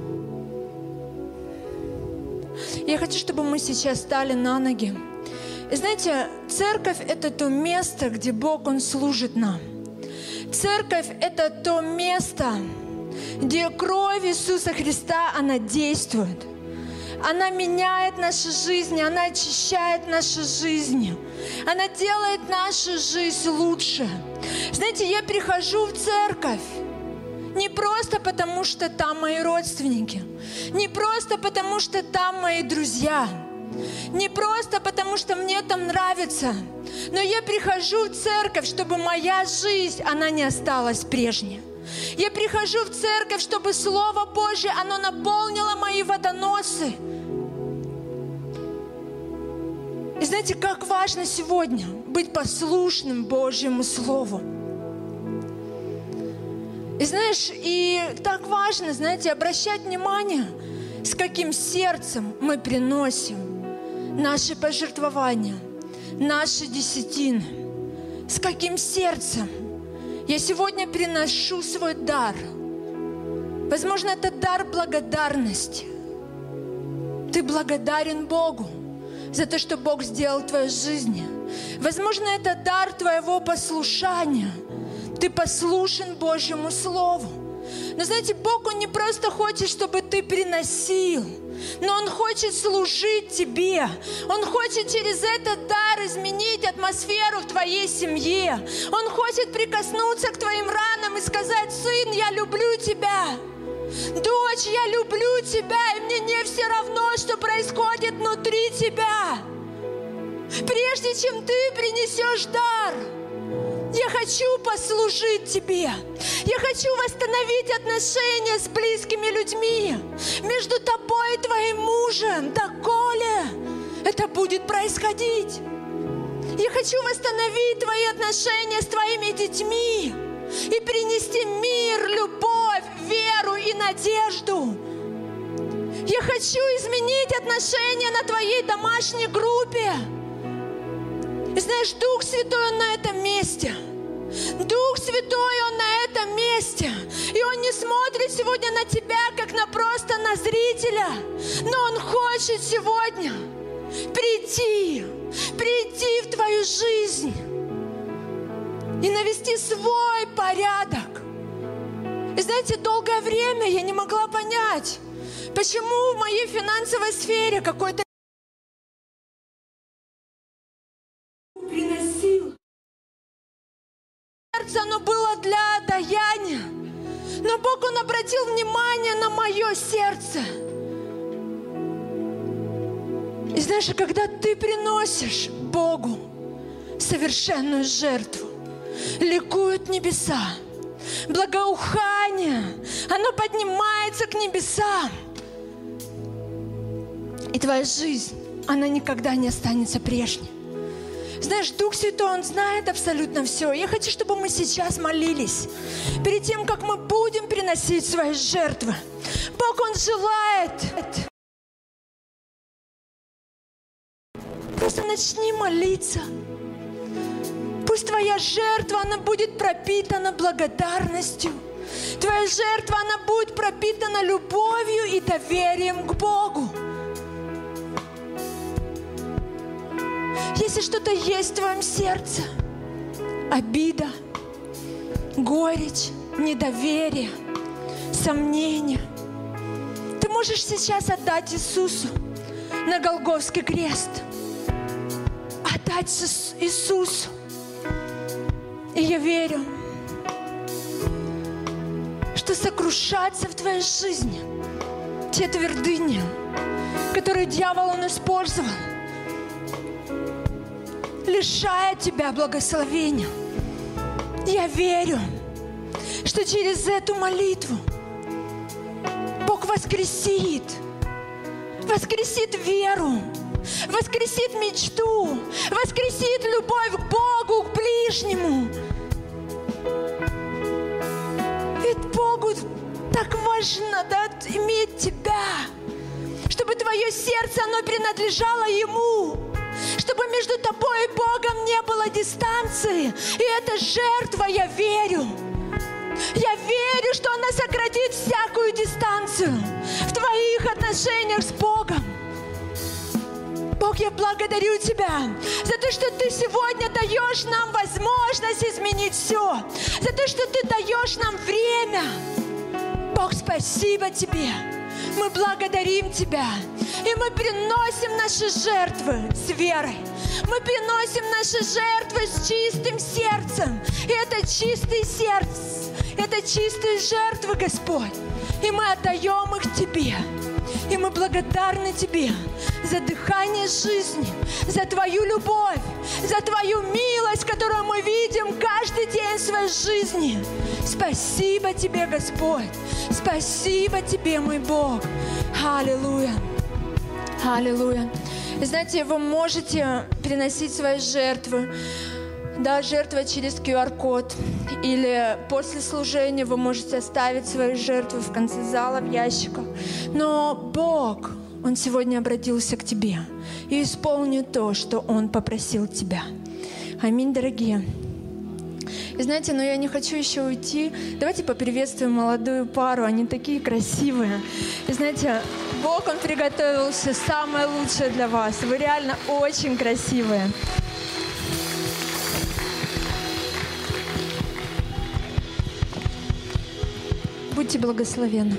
Я хочу, чтобы мы сейчас встали на ноги. И знаете, церковь – это то место, где Бог, Он служит нам. Церковь – это то место, где кровь Иисуса Христа, она действует. Она меняет наши жизни, она очищает наши жизни. Она делает нашу жизнь лучше. Знаете, я прихожу в церковь не просто потому, что там мои родственники, не просто потому, что там мои друзья, не просто потому, что мне там нравится, но я прихожу в церковь, чтобы моя жизнь, она не осталась прежней. Я прихожу в церковь, чтобы Слово Божье, оно наполнило мои водоносы. знаете, как важно сегодня быть послушным Божьему Слову. И знаешь, и так важно, знаете, обращать внимание, с каким сердцем мы приносим наши пожертвования, наши десятины. С каким сердцем я сегодня приношу свой дар. Возможно, это дар благодарности. Ты благодарен Богу за то, что Бог сделал в твоей жизни. Возможно, это дар твоего послушания. Ты послушен Божьему Слову. Но знаете, Бог, Он не просто хочет, чтобы ты приносил, но Он хочет служить тебе. Он хочет через этот дар изменить атмосферу в твоей семье. Он хочет прикоснуться к твоим ранам и сказать: сын, я люблю тебя. Дочь, я люблю тебя, и мне не все равно, что происходит внутри тебя. Прежде чем ты принесешь дар, я хочу послужить тебе. Я хочу восстановить отношения с близкими людьми между тобой и твоим мужем, доколе это будет происходить. Я хочу восстановить твои отношения с твоими детьми и принести мир, любовь, веру и надежду. Я хочу изменить отношения на твоей домашней группе. И знаешь, Дух Святой, Он на этом месте. Дух Святой, Он на этом месте. И Он не смотрит сегодня на тебя, как на просто на зрителя. Но Он хочет сегодня прийти в твою жизнь и навести свой порядок. И знаете, долгое время я не могла понять, почему в моей финансовой сфере какой-то приносил. Сердце, оно было для даяния. Но Бог, Он обратил внимание на мое сердце. И знаешь, когда ты приносишь Богу совершенную жертву, ликуют небеса. Благоухание, оно поднимается к небесам. И твоя жизнь, она никогда не останется прежней. Знаешь, Дух Святой, Он знает абсолютно все. Я хочу, чтобы мы сейчас молились. Перед тем, как мы будем приносить свои жертвы. Бог, Он желает. Просто начни молиться. Пусть твоя жертва, она будет пропитана благодарностью. Твоя жертва, она будет пропитана любовью и доверием к Богу. Если что-то есть в твоем сердце, обида, горечь, недоверие, сомнения, ты можешь сейчас отдать Иисусу на Голгофский крест. Отдать Иисусу. И я верю, что сокрушаться в твоей жизни те твердыни, которые дьявол он использовал, лишая тебя благословения. Я верю, что через эту молитву Бог воскресит веру, воскресит мечту, воскресит любовь к Богу, к ближнему. Ведь Богу так важно, да, иметь тебя, чтобы твое сердце, оно принадлежало Ему, чтобы между тобой и Богом не было дистанции. И эта жертва, я верю, что она сократит всякую дистанцию в твоих отношениях с Богом. Бог, я благодарю Тебя за то, что Ты сегодня даешь нам возможность изменить все, за то, что Ты даешь нам время. Бог, спасибо Тебе. Мы благодарим Тебя. И мы приносим наши жертвы с верой. Мы приносим наши жертвы с чистым сердцем. И это чистое сердце, это чистые жертвы, Господь. И мы отдаем их Тебе. И мы благодарны Тебе за дыхание жизни, за Твою любовь, за Твою милость, которую мы видим каждый день в своей жизни. Спасибо Тебе, Господь. Спасибо Тебе, мой Бог. Аллилуйя. Аллилуйя. И знаете, вы можете приносить свои жертвы. Да, жертва через QR-код. Или после служения вы можете оставить свои жертвы в конце зала, в ящиках. Но Бог, Он сегодня обратился к тебе и исполнит то, что Он попросил тебя. Аминь, дорогие. И знаете, но я не хочу еще уйти. Давайте поприветствуем молодую пару. Они такие красивые. И знаете, Бог, Он приготовил все самое лучшее для вас. Вы реально очень красивые. Будьте благословенны.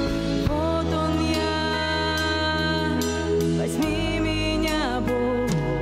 Возьми меня, Бог.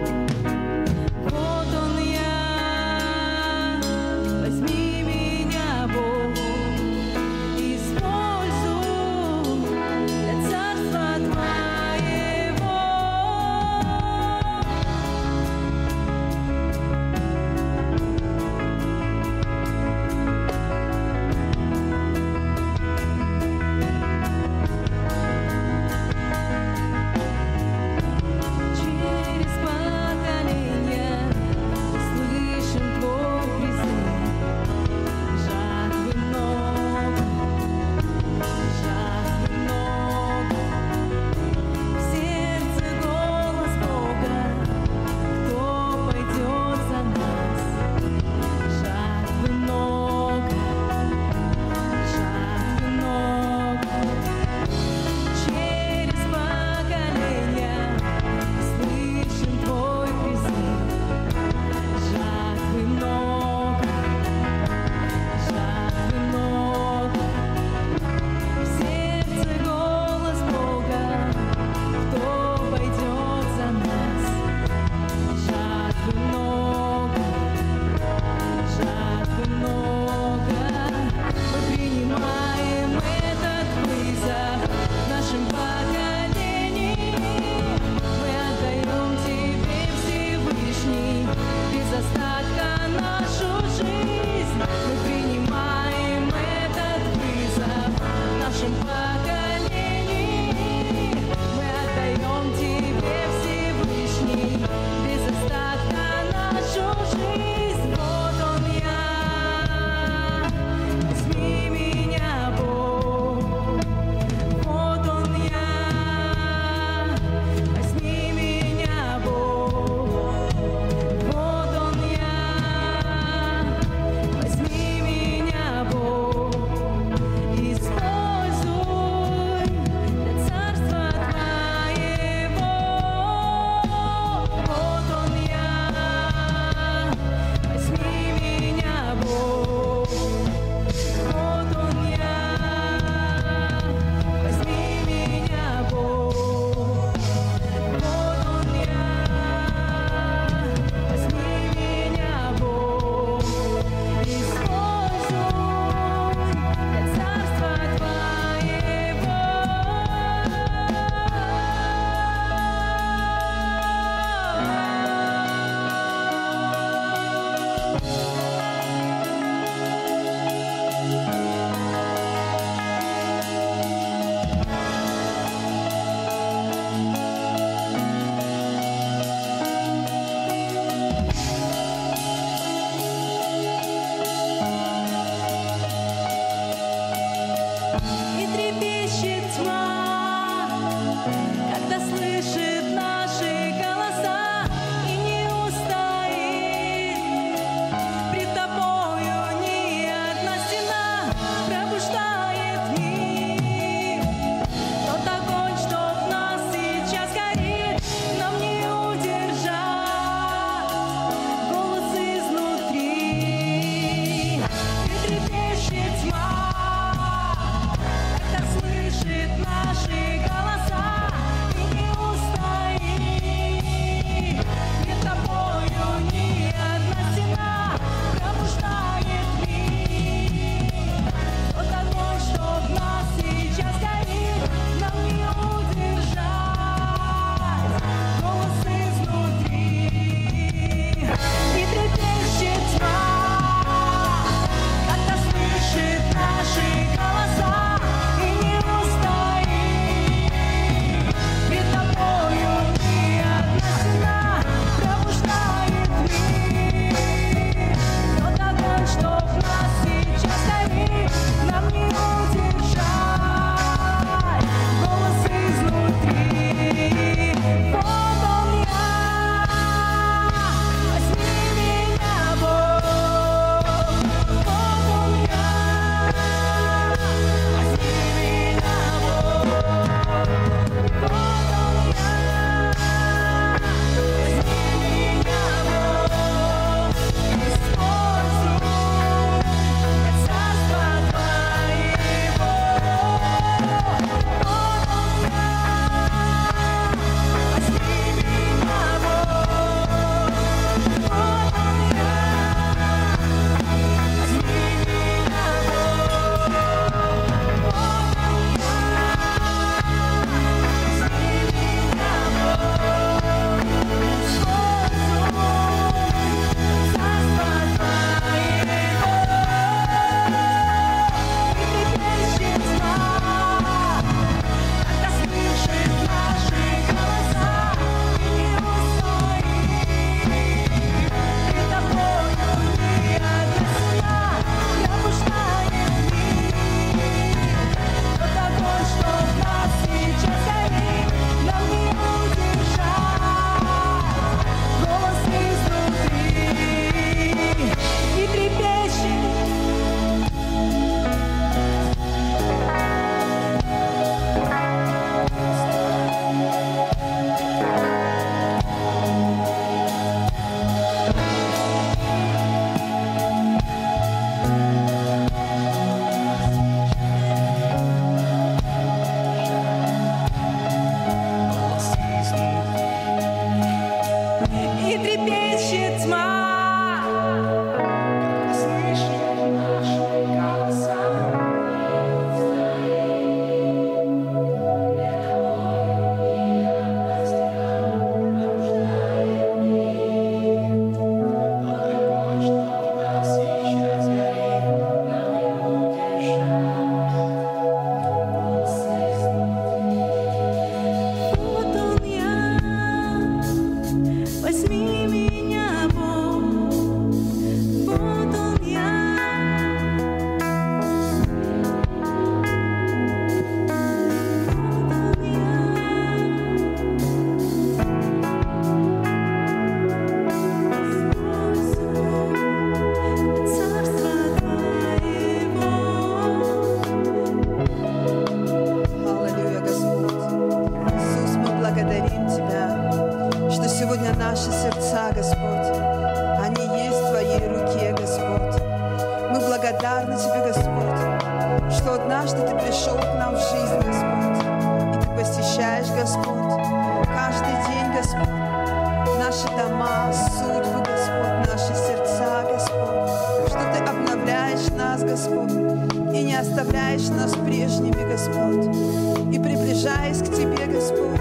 наши сердца, Господь. Они есть в Твоей руке, Господь. Мы благодарны Тебе, Господь, что однажды Ты пришел к нам в жизнь, Господь, и Ты посещаешь, Господь, каждый день, Господь, наши дома, судьбы, Господь, наши сердца, Господь, что Ты обновляешь нас, Господь, и не оставляешь нас прежними, Господь, и приближаясь к Тебе, Господь,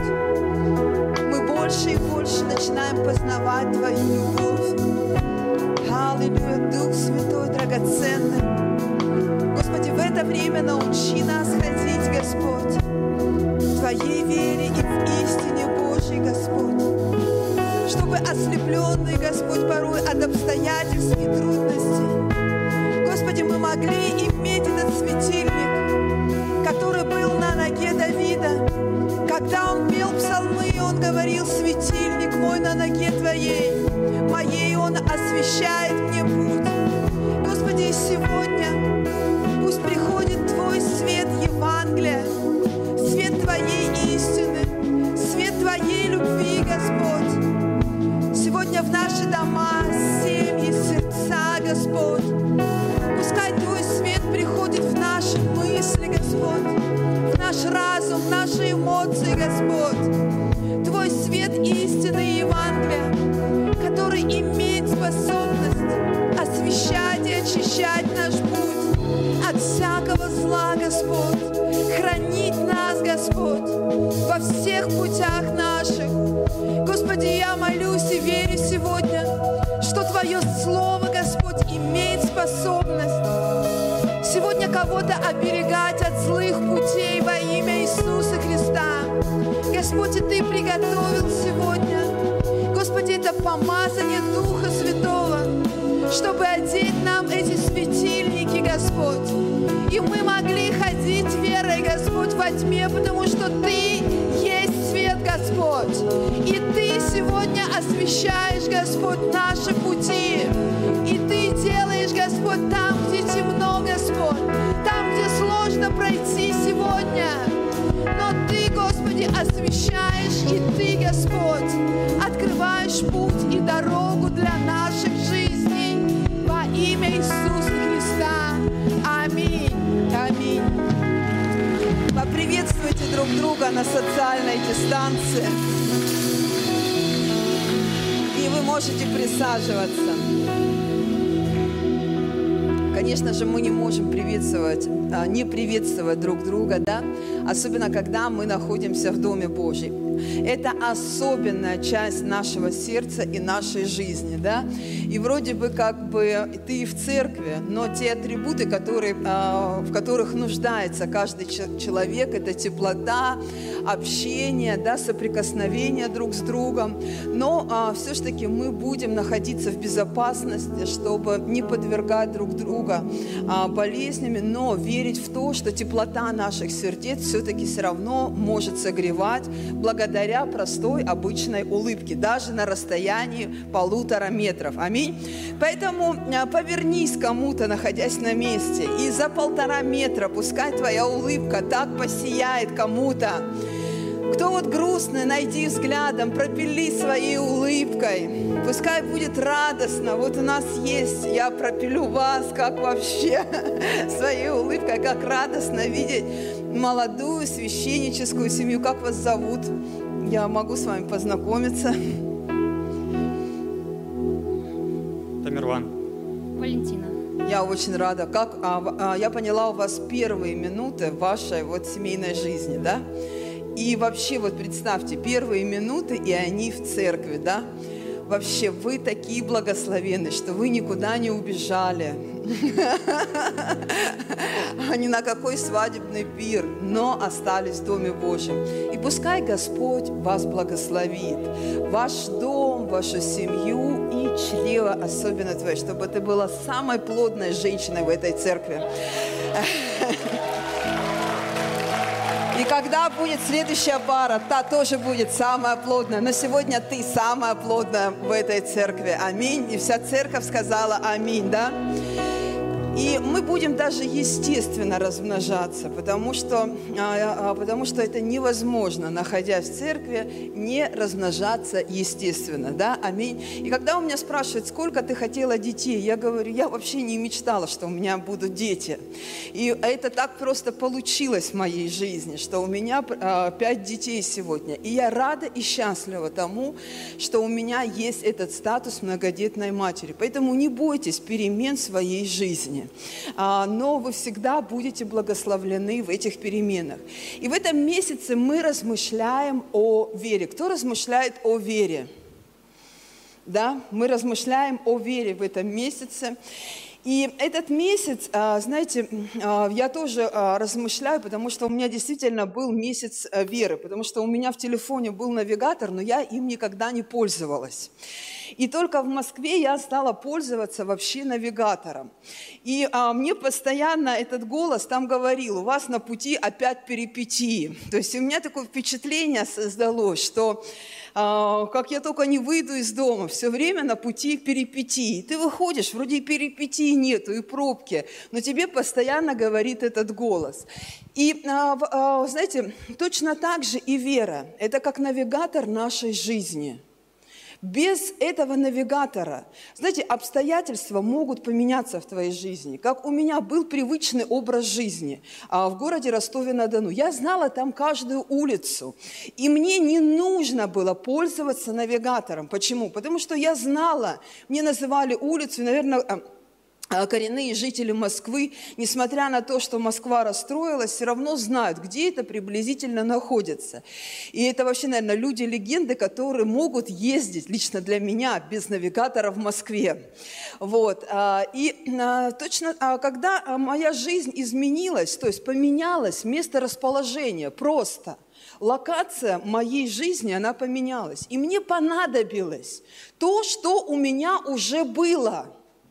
мы больше и больше начинаем познавать Твою любовь. Аллилуйя, Дух Святой, драгоценный. Господи, в это время научи нас ходить, Господь, в Твоей вере и в истине Божьей, Господь, чтобы ослепленные, Господь, порой от обстоятельств и трудностей, Господи, мы могли иметь этот светильник, который был на ноге Давида, когда он пел псалмы, он говорил: светильник мой на ноге Твоей, моей он освещает мне путь. Господи, сегодня пусть приходит Твой свет Евангелия, свет Твоей истины, свет Твоей любви, Господь. Сегодня в наши дома, семьи, сердца, Господь. Пускай Твой свет приходит в наши мысли, Господь, в наш разум, в наши эмоции, Господь. Твой свет истины и Евангелия, который имеет способность освещать и очищать наш путь от всякого зла, Господь. Хранить нас, Господь, во всех путях наших. Господи, я молюсь и верю сегодня, что Твое Слово, Господь, имеет способность сегодня кого-то оберегать от злых путей во имя Иисуса Христа. Господь, и Ты приготовил сегодня, Господи, это помазание Духа Святого, чтобы одеть нам эти светильники, Господь. И мы могли ходить верой, Господь, во тьме, потому что Ты есть свет, Господь. И Ты сегодня освещаешь, Господь, наши пути. И Ты делаешь, Господь, там, где темно, Господь, там, где сложно пройти сегодня. Но Ты, Господи, освещаешь, и Ты, Господь, открываешь путь и дорогу для наших жизней во имя Иисуса Христа. Аминь. Аминь. Поприветствуйте друг друга на социальной дистанции. И вы можете присаживаться. Конечно же, мы не можем не приветствовать друг друга, да? Особенно, когда мы находимся в Доме Божьем. Это особенная часть нашего сердца и нашей жизни, да? И вроде бы как бы ты в церкви, но те атрибуты, в которых нуждается каждый человек, это теплота, общение, да, соприкосновение друг с другом. Но все-таки мы будем находиться в безопасности, чтобы не подвергать друг друга болезнями, но верить в то, что теплота наших сердец все-таки все равно может согревать благодаря простой обычной улыбке, даже на расстоянии 1,5 метра. Аминь. Поэтому повернись кому-то, находясь на месте, и за 1,5 метра пускай твоя улыбка так посияет кому-то. Кто вот грустный, найди взглядом, пропили своей улыбкой. Пускай будет радостно. Вот у нас есть, я пропилю вас, как вообще, своей улыбкой, как радостно видеть молодую священническую семью. Как вас зовут? Я могу с вами познакомиться. Тамерлан. Валентина. Я очень рада. Я поняла, у вас первые минуты вашей вот семейной жизни, да? И вообще, вот представьте, первые минуты, и они в церкви, да? Вообще, вы такие благословенные, что вы никуда не убежали. Ни на какой свадебный пир, но остались в Доме Божьем. И пускай Господь вас благословит. Ваш дом, вашу семью и чрево, особенно твое, чтобы ты была самой плодной женщиной в этой церкви. И когда будет следующая пара, та тоже будет самая плодная. Но сегодня ты самая плодная в этой церкви. Аминь. И вся церковь сказала аминь, да? И мы будем даже естественно размножаться, потому что это невозможно, находясь в церкви, не размножаться естественно, да, аминь. И когда у меня спрашивают, сколько ты хотела детей, я говорю, я вообще не мечтала, что у меня будут дети. И это так просто получилось в моей жизни, что у меня 5 детей сегодня. И я рада и счастлива тому, что у меня есть этот статус многодетной матери. Поэтому не бойтесь перемен в своей жизни, но вы всегда будете благословлены в этих переменах. И в этом месяце мы размышляем о вере. Кто размышляет о вере? Да, мы размышляем о вере в этом месяце. И этот месяц, знаете, я тоже размышляю, потому что у меня действительно был месяц веры, потому что у меня в телефоне был навигатор, но я им никогда не пользовалась. И только в Москве я стала пользоваться вообще навигатором. И мне постоянно этот голос там говорил, у вас на пути опять перипетии. То есть у меня такое впечатление создалось, что как я только не выйду из дома, все время на пути перипетии. Ты выходишь, вроде перипетии нету, и пробки, но тебе постоянно говорит этот голос. И, знаете, точно так же и вера. Это как навигатор нашей жизни. Без этого навигатора, знаете, обстоятельства могут поменяться в твоей жизни. Как у меня был привычный образ жизни в городе Ростове-на-Дону. Я знала там каждую улицу. И мне не нужно было пользоваться навигатором. Почему? Потому что я знала, мне называли улицу, наверное, коренные жители Москвы, несмотря на то, что Москва расстроилась, все равно знают, где это приблизительно находится. И это вообще, наверное, люди-легенды, которые могут ездить, лично для меня, без навигатора в Москве. Вот. И точно, когда моя жизнь изменилась, то есть поменялось место расположения, просто локация моей жизни, она поменялась. И мне понадобилось то, что у меня уже было.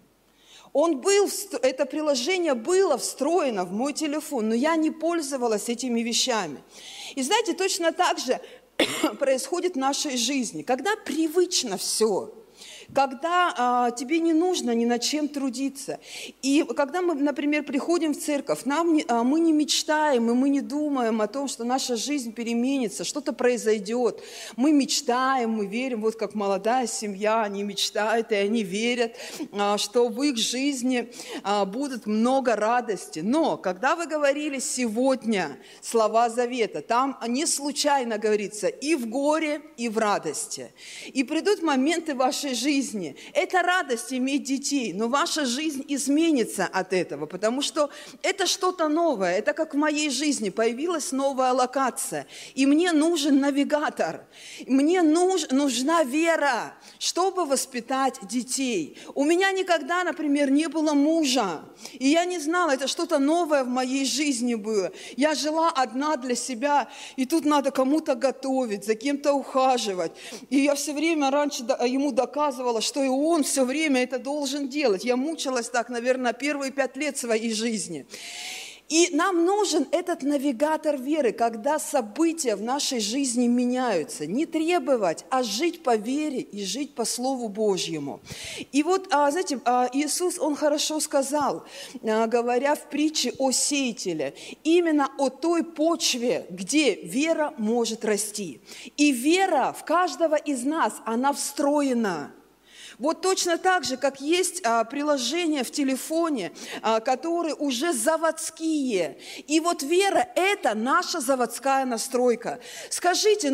Это приложение было встроено в мой телефон, но я не пользовалась этими вещами. И знаете, точно так же происходит в нашей жизни, когда привычно все, когда тебе не нужно ни над чем трудиться. И когда мы, например, приходим в церковь, мы не мечтаем, и мы не думаем о том, что наша жизнь переменится, что-то произойдет. Мы мечтаем, мы верим, вот как молодая семья, они мечтают, и они верят, что в их жизни будет много радости. Но когда вы говорили сегодня слова завета, там не случайно говорится и в горе, и в радости. И придут моменты в вашей жизни. Это радость иметь детей, но ваша жизнь изменится от этого, потому что это что-то новое. Это как в моей жизни появилась новая локация, и мне нужен навигатор, мне нужна вера, чтобы воспитать детей. У меня никогда, например, не было мужа, и я не знала, это что-то новое в моей жизни было. Я жила одна для себя, и тут надо кому-то готовить, за кем-то ухаживать. И я все время раньше ему доказывала, что и он все время это должен делать. Я мучилась так, наверное, первые 5 лет своей жизни. И нам нужен этот навигатор веры, когда события в нашей жизни меняются. Не требовать, а жить по вере и жить по Слову Божьему. И вот, знаете, Иисус, Он хорошо сказал, говоря в притче о сеятеле, именно о той почве, где вера может расти. И вера в каждого из нас, она встроена. Вот точно так же, как есть приложения в телефоне, которые уже заводские. И вот вера – это наша заводская настройка. Скажите,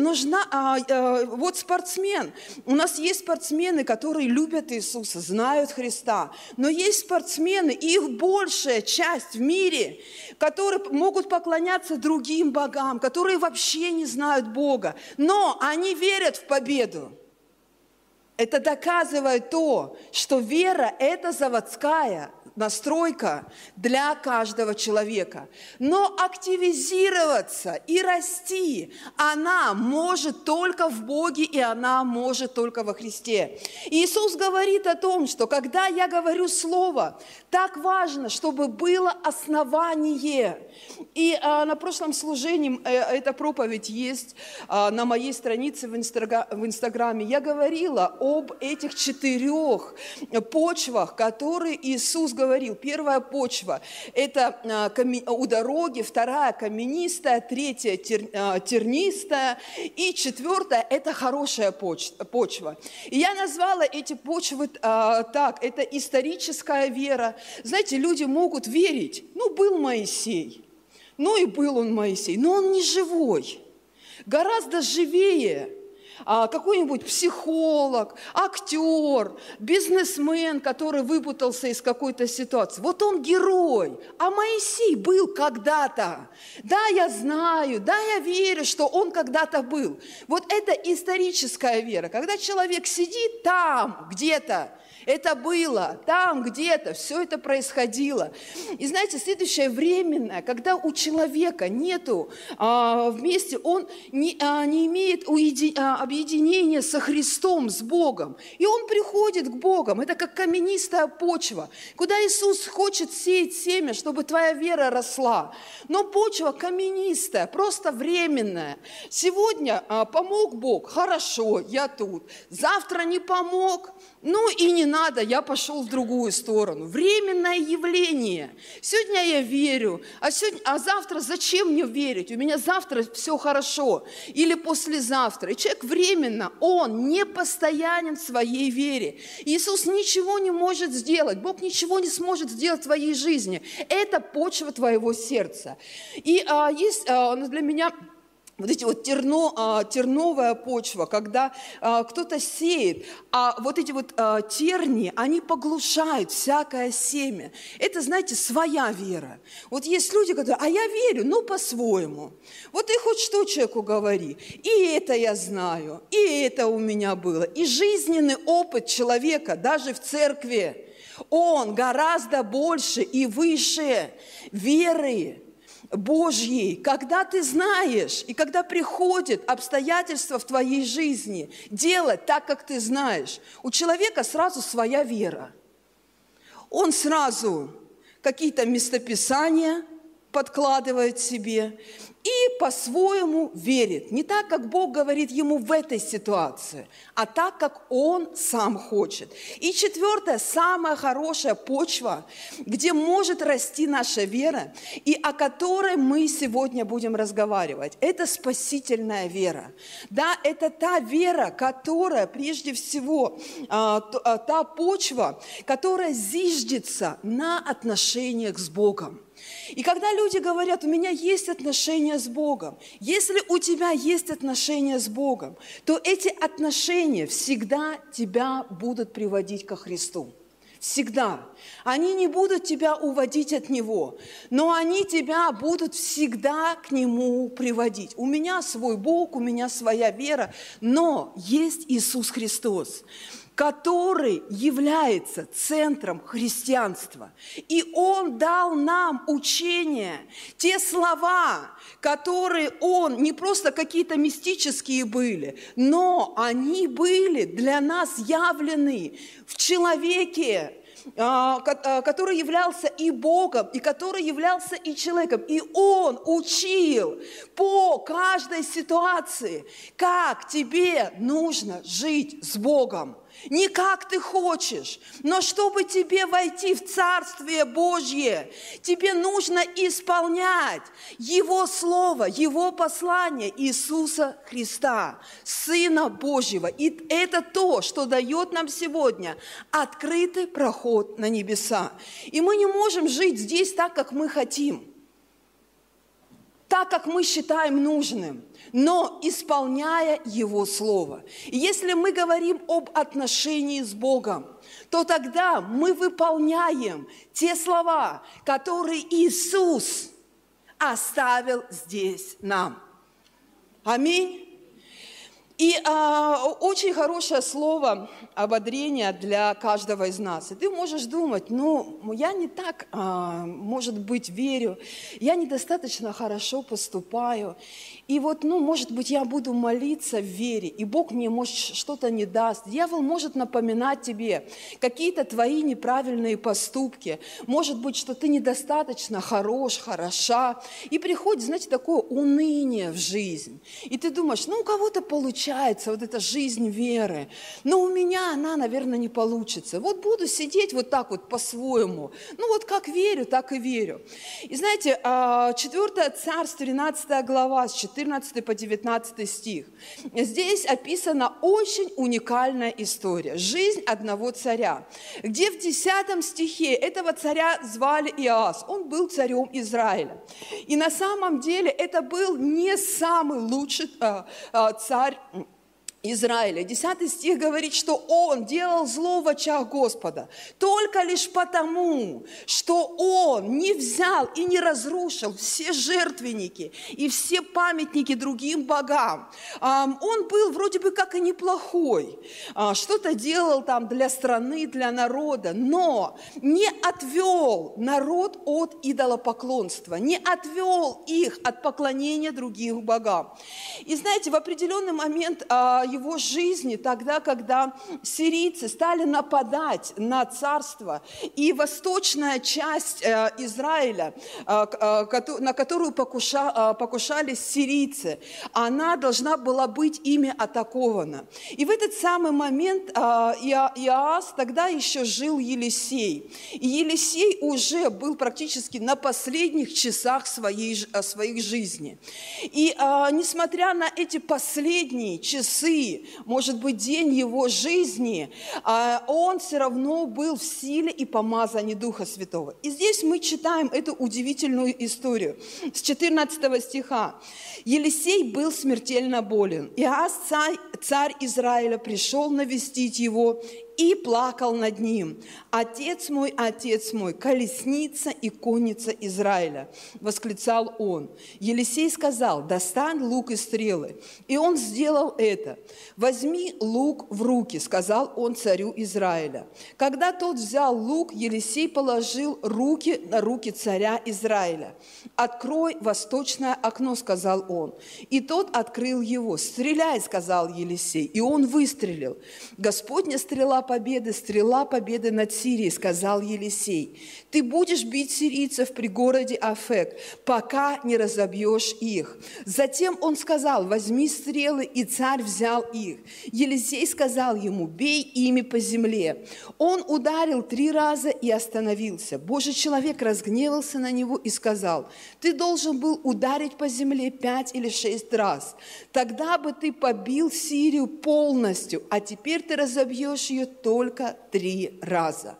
вот спортсмен. У нас есть спортсмены, которые любят Иисуса, знают Христа. Но есть спортсмены, и их большая часть в мире, которые могут поклоняться другим богам, которые вообще не знают Бога. Но они верят в победу. Это доказывает то, что вера – это заводская настройка для каждого человека. Но активизироваться и расти она может только в Боге, и она может только во Христе. И Иисус говорит о том, что когда я говорю Слово, так важно, чтобы было основание. И на прошлом служении эта проповедь есть на моей странице в Инстаграме. Я говорила об этих 4 почвах, которые Иисус говорит говорил, первая почва – это у дороги, вторая – каменистая, третья – тернистая, и четвертая – это хорошая почва. И я назвала эти почвы так, это историческая вера. Знаете, люди могут верить, был Моисей, и был он Моисей, но он не живой. Гораздо живее какой-нибудь психолог, актер, бизнесмен, который выпутался из какой-то ситуации. Вот он герой, а Моисей был когда-то. Да, я знаю, да, я верю, что он когда-то был. Вот это историческая вера, когда человек сидит там где-то, это было там где-то, все это происходило. И знаете, следующее временное, когда у человека нету вместе, он не имеет объединения со Христом, с Богом. И он приходит к Богу. Это как каменистая почва, куда Иисус хочет сеять семя, чтобы твоя вера росла. Но почва каменистая, просто временная. Сегодня помог Бог, хорошо, я тут. Завтра не помог, и не надо, я пошел в другую сторону. Временное явление. Сегодня я верю, а завтра зачем мне верить? У меня завтра все хорошо. Или послезавтра. И человек временно, он не постоянен в своей вере. Иисус ничего не может сделать. Бог ничего не сможет сделать в твоей жизни. Это почва твоего сердца. И есть для меня... Вот эти вот терновая почва, когда кто-то сеет, а вот эти вот терни, они поглушают всякое семя. Это, знаете, своя вера. Вот есть люди, которые, я верю, по-своему. Вот ты хоть что человеку говори. И это я знаю, и это у меня было. И жизненный опыт человека, даже в церкви, он гораздо больше и выше веры Божьей, когда ты знаешь, и когда приходят обстоятельства в твоей жизни, делать так, как ты знаешь, у человека сразу своя вера. Он сразу какие-то местописания подкладывает себе и по-своему верит. Не так, как Бог говорит ему в этой ситуации, а так, как он сам хочет. И четвертое, самая хорошая почва, где может расти наша вера, и о которой мы сегодня будем разговаривать, это спасительная вера. Да, это та вера, которая прежде всего, та почва, которая зиждется на отношениях с Богом. И когда люди говорят, у меня есть отношения с Богом, если у тебя есть отношения с Богом, то эти отношения всегда тебя будут приводить ко Христу. Всегда. Они не будут тебя уводить от Него, но они тебя будут всегда к Нему приводить. У меня свой Бог, у меня своя вера, но есть Иисус Христос, который является центром христианства. И Он дал нам учение, те слова, которые Он, не просто какие-то мистические были, но они были для нас явлены в человеке, который являлся и Богом, и который являлся и человеком. И Он учил по каждой ситуации, как тебе нужно жить с Богом. Не как ты хочешь, но чтобы тебе войти в Царствие Божье, тебе нужно исполнять Его Слово, Его послание Иисуса Христа, Сына Божьего. И это то, что дает нам сегодня открытый проход на небеса. И мы не можем жить здесь так, как мы хотим, так, как мы считаем нужным, но исполняя Его Слово. И если мы говорим об отношении с Богом, то тогда мы выполняем те слова, которые Иисус оставил здесь нам. Аминь. И очень хорошее слово ободрения для каждого из нас. И ты можешь думать, я не так, может быть, верю, я недостаточно хорошо поступаю. И может быть, я буду молиться в вере, и Бог мне, может, что-то не даст. Дьявол может напоминать тебе какие-то твои неправильные поступки. Может быть, что ты недостаточно хороша. И приходит, знаете, такое уныние в жизнь. И ты думаешь, у кого-то получается, получается вот эта жизнь веры, но у меня она, наверное, не получится. Вот буду сидеть вот так вот по-своему. Ну вот как верю, так и верю. И знаете, 4 Царств, 13 глава, с 14 по 19 стих. Здесь описана очень уникальная история. Жизнь одного царя, где в 10 стихе этого царя звали Иоас. Он был царем Израиля. И на самом деле это был не самый лучший царь Израиля. 10 стих говорит, что он делал зло в очах Господа только лишь потому, что он не взял и не разрушил все жертвенники и все памятники другим богам. Он был вроде бы как и неплохой, что-то делал там для страны, для народа, но не отвел народ от идолопоклонства, не отвел их от поклонения другим богам. И знаете, в определенный момент его жизни, тогда, когда сирийцы стали нападать на царство, и восточная часть Израиля, на которую покушались сирийцы, она должна была быть ими атакована. И в этот самый момент Иоас, тогда еще жил Елисей. И Елисей уже был практически на последних часах своих жизни. И несмотря на эти последние часы, может быть, день его жизни, он все равно был в силе и помазании Духа Святого. И здесь мы читаем эту удивительную историю с 14 стиха. Елисей был смертельно болен. Иоас, царь Израиля, пришел навестить его и плакал над ним. Отец мой, колесница и конница Израиля!» – восклицал он. Елисей сказал: «Достань лук и стрелы». И он сделал это. «Возьми лук в руки», – сказал он царю Израиля. Когда тот взял лук, Елисей положил руки на руки царя Израиля. «Открой восточное окно», – сказал он. И тот открыл его. «Стреляй», – сказал Елисей. И он выстрелил. «Господня стрела победы над Сирией», сказал Елисей. «Ты будешь бить сирийцев при городе Афек, пока не разобьешь их». Затем он сказал: «Возьми стрелы», и царь взял их. Елисей сказал ему: «Бей ими по земле». Он ударил 3 раза и остановился. Божий человек разгневался на него и сказал: «Ты должен был ударить по земле 5 или 6 раз. Тогда бы ты побил Сирию полностью, а теперь ты разобьешь ее только 3 раза».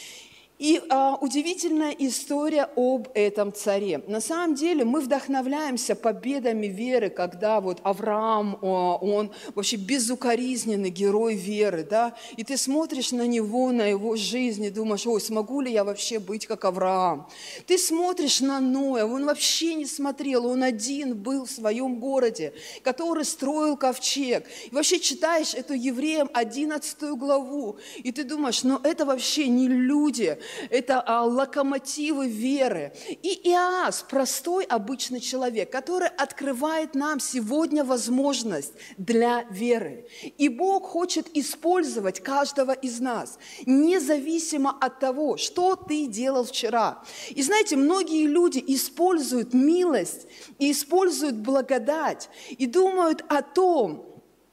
И удивительная история об этом царе. На самом деле мы вдохновляемся победами веры, когда вот Авраам, он вообще безукоризненный герой веры, да, и ты смотришь на него, на его жизнь и думаешь: ой, смогу ли я вообще быть как Авраам? Ты смотришь на Ноя, он вообще не смотрел, он один был в своем городе, который строил ковчег. И вообще читаешь эту Евреям 11 главу, и ты думаешь: ну это вообще не люди, это локомотивы веры. И Иоас, простой обычный человек, который открывает нам сегодня возможность для веры. И Бог хочет использовать каждого из нас, независимо от того, что ты делал вчера. И знаете, многие люди используют милость и используют благодать и думают о том,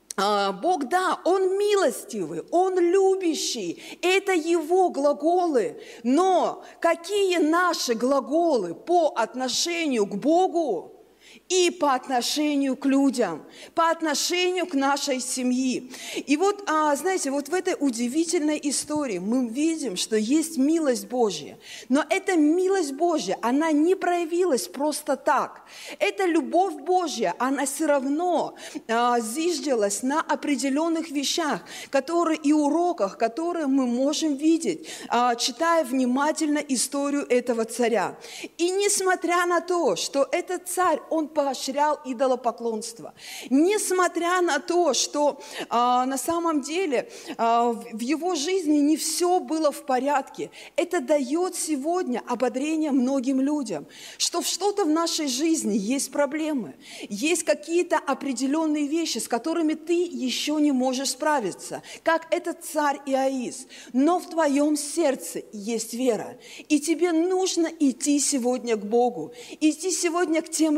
Бог, да, Он милостивый, Он любящий, это Его глаголы, но какие наши глаголы по отношению к Богу и по отношению к людям, по отношению к нашей семье? И вот, знаете, вот в этой удивительной истории мы видим, что есть милость Божья, но эта милость Божья, она не проявилась просто так. Эта любовь Божья, она все равно зиждилась на определенных вещах, которые и уроках, которые мы можем видеть, читая внимательно историю этого царя. И несмотря на то, что этот царь, он поощрял идолопоклонство, несмотря на то, что на самом деле в его жизни не все было в порядке, это дает сегодня ободрение многим людям, что что-то в нашей жизни есть проблемы, есть какие-то определенные вещи, с которыми ты еще не можешь справиться, как этот царь Иоас, но в твоем сердце есть вера, и тебе нужно идти сегодня к Богу, идти сегодня к тем людям,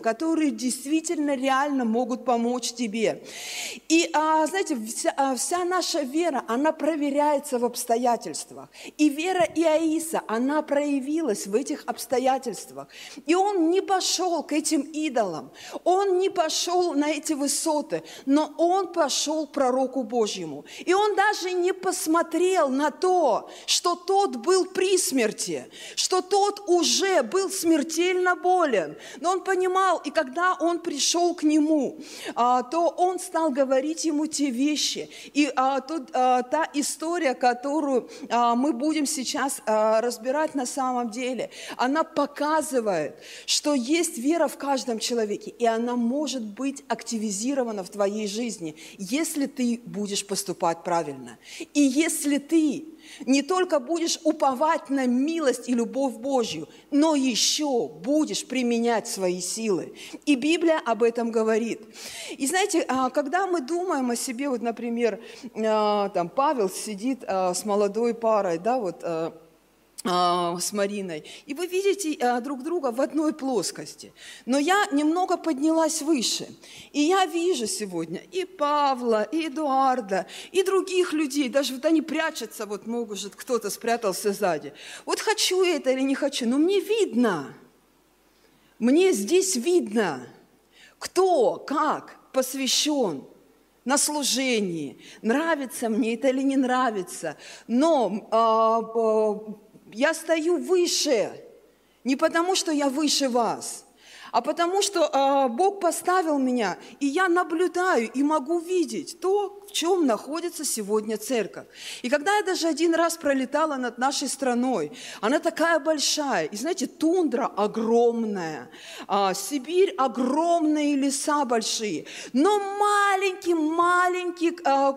которые действительно реально могут помочь тебе. И, знаете, вся наша вера, она проверяется в обстоятельствах. И вера Иоиса, она проявилась в этих обстоятельствах. И он не пошел к этим идолам, он не пошел на эти высоты, но он пошел к пророку Божьему. И он даже не посмотрел на то, что тот был при смерти, что тот уже был смертельно болен. Но он понимал, и когда он пришел к нему, то он стал говорить ему те вещи. И та история, которую мы будем сейчас разбирать на самом деле, она показывает, что есть вера в каждом человеке, и она может быть активизирована в твоей жизни, если ты будешь поступать правильно. И если ты не только будешь уповать на милость и любовь Божью, но еще будешь применять свои силы. И Библия об этом говорит. И знаете, когда мы думаем о себе, вот, например, там Павел сидит с молодой парой, да, вот, с Мариной, и вы видите друг друга в одной плоскости. Но я немного поднялась выше, и я вижу сегодня и Павла, и Эдуарда, и других людей, даже вот они прячутся, вот может кто-то спрятался сзади. Вот хочу я это или не хочу, но мне видно, мне здесь видно, кто, как посвящен на служении, нравится мне это или не нравится, но я стою выше, не потому, что я выше вас, а потому, что Бог поставил меня, и я наблюдаю и могу видеть то, в чем находится сегодня церковь. И когда я даже один раз пролетала над нашей страной, она такая большая, и знаете, тундра огромная, Сибирь огромные леса большие, но маленький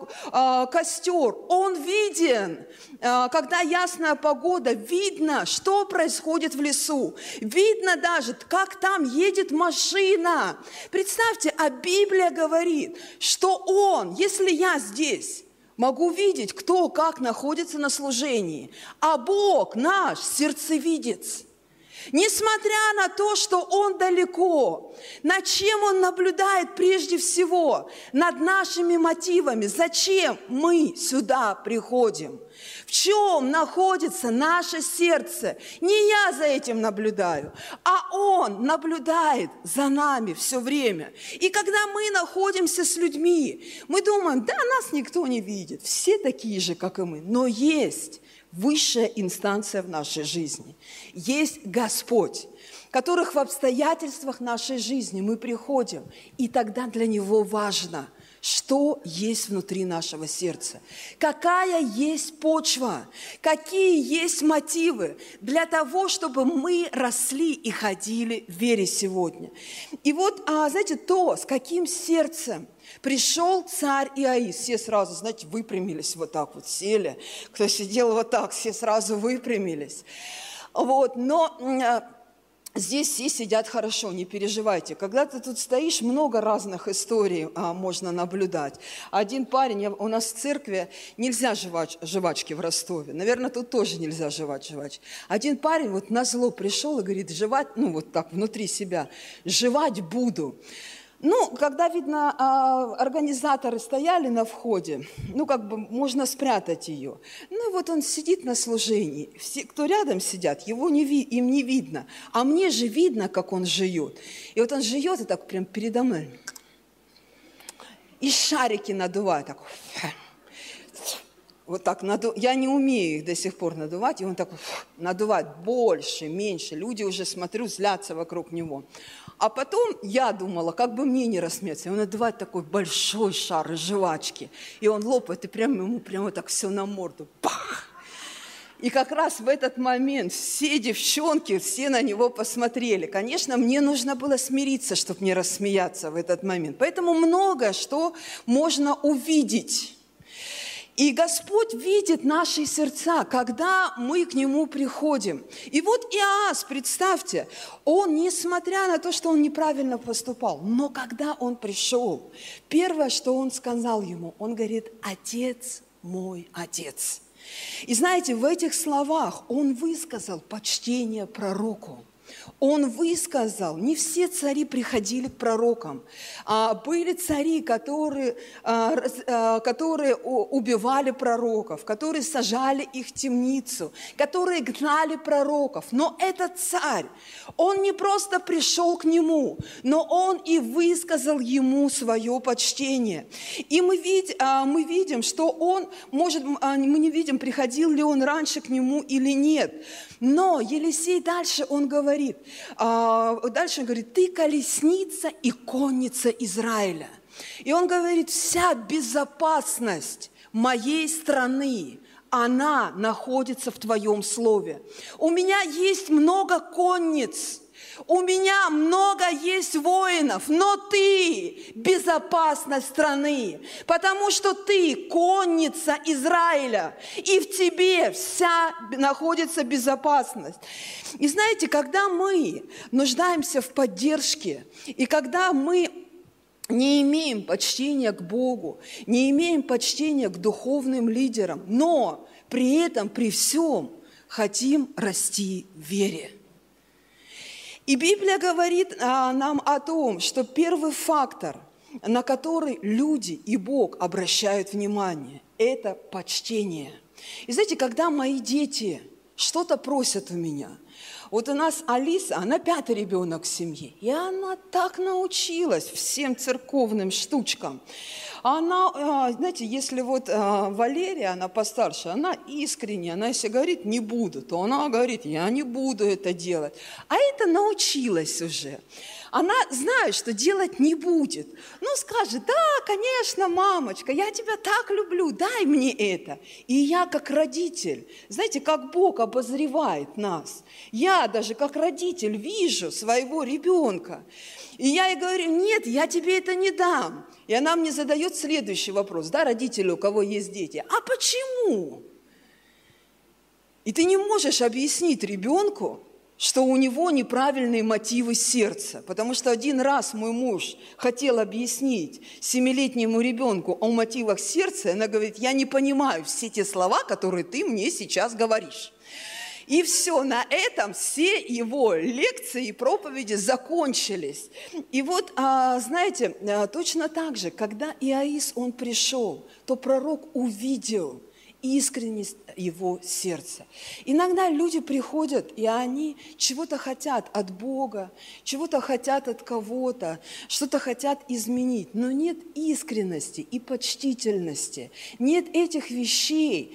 костер, он виден. Когда ясная погода, видно, что происходит в лесу, видно даже, как там едет машина. Представьте, а Библия говорит, что он, если я здесь, могу видеть, кто как находится на служении, а Бог наш сердцевидец. Несмотря на то, что Он далеко, над чем Он наблюдает прежде всего? Над нашими мотивами. Зачем мы сюда приходим? В чем находится наше сердце? Не я за этим наблюдаю, а Он наблюдает за нами все время. И когда мы находимся с людьми, мы думаем, да, нас никто не видит, все такие же, как и мы. Но есть высшая инстанция в нашей жизни. Есть Господь, которых в обстоятельствах нашей жизни мы приходим, и тогда для Него важно, что есть внутри нашего сердца, какая есть почва, какие есть мотивы для того, чтобы мы росли и ходили в вере сегодня. И вот, знаете, то, с каким сердцем пришел царь Иоис, все сразу, знаете, выпрямились вот так вот, сели. Кто сидел вот так, все сразу выпрямились. Вот, но здесь все сидят хорошо, не переживайте. Когда ты тут стоишь, много разных историй можно наблюдать. Один парень, у нас в церкви нельзя жевать жвачки в Ростове. Наверное, тут тоже нельзя жевать жвачки. Один парень вот назло пришел и говорит, жевать, ну вот так, внутри себя, жевать буду. Ну, когда, видно, организаторы стояли на входе, ну, как бы можно спрятать ее. Ну, вот он сидит на служении. Все, кто рядом сидят, его им не видно. А мне же видно, как он жует. И вот он жует и так прям передо мной. И шарики надувает. Так. Вот так я не умею их до сих пор надувать. И он так надувает больше, меньше. Люди уже, смотрю, злятся вокруг него. А потом я думала, как бы мне не рассмеяться. И он надувает такой большой шар из жвачки. И он лопает, и прямо ему прямо так все на морду. Бах! И как раз в этот момент все девчонки, все на него посмотрели. Конечно, мне нужно было смириться, чтобы не рассмеяться в этот момент. Поэтому многое, что можно увидеть. И Господь видит наши сердца, когда мы к Нему приходим. И вот Иоас, представьте, он, несмотря на то, что он неправильно поступал, но когда он пришел, первое, что он сказал ему, он говорит, «Отец мой, Отец». И знаете, в этих словах он высказал почтение пророку. Он высказал, не все цари приходили к пророкам. Были цари, которые убивали пророков, которые сажали их в темницу, которые гнали пророков. Но этот царь, он не просто пришел к нему, но он и высказал ему свое почтение. И мы видим, что он, мы не видим, приходил ли он раньше к нему или нет. Но Елисей дальше он говорит, ты колесница и конница Израиля. И он говорит, вся безопасность моей страны, она находится в твоем слове. У меня есть много конниц, у меня много есть воинов, но ты безопасность страны, потому что ты конница Израиля, и в тебе вся находится безопасность. И знаете, когда мы нуждаемся в поддержке, и когда мы не имеем почтения к Богу, не имеем почтения к духовным лидерам, но при этом, при всем хотим расти в вере. И Библия говорит нам о том, что первый фактор, на который люди и Бог обращают внимание, это почтение. И знаете, когда мои дети что-то просят у меня, вот у нас Алиса, она 5-й ребенок в семье, и она так научилась всем церковным штучкам. Она, знаете, если вот Валерия, она постарше, она искренне, она если говорит «не буду», то она говорит «я не буду это делать». А это научилась уже. Она знает, что делать не будет. Ну, скажет, да, конечно, мамочка, я тебя так люблю, дай мне это. И я как родитель, знаете, как Бог обозревает нас. Я даже как родитель вижу своего ребенка. И я ей говорю, нет, я тебе это не дам. И она мне задает следующий вопрос, да, родители, у кого есть дети. А почему? И ты не можешь объяснить ребенку, что у него неправильные мотивы сердца. Потому что один раз мой муж хотел объяснить 7-летнему ребенку о мотивах сердца, и она говорит, я не понимаю все те слова, которые ты мне сейчас говоришь. И все, на этом все его лекции и проповеди закончились. И вот, знаете, точно так же, когда Иаис, он пришел, то пророк увидел искренность его сердца. Иногда люди приходят, и они чего-то хотят от Бога, чего-то хотят от кого-то, что-то хотят изменить, но нет искренности и почтительности, нет этих вещей,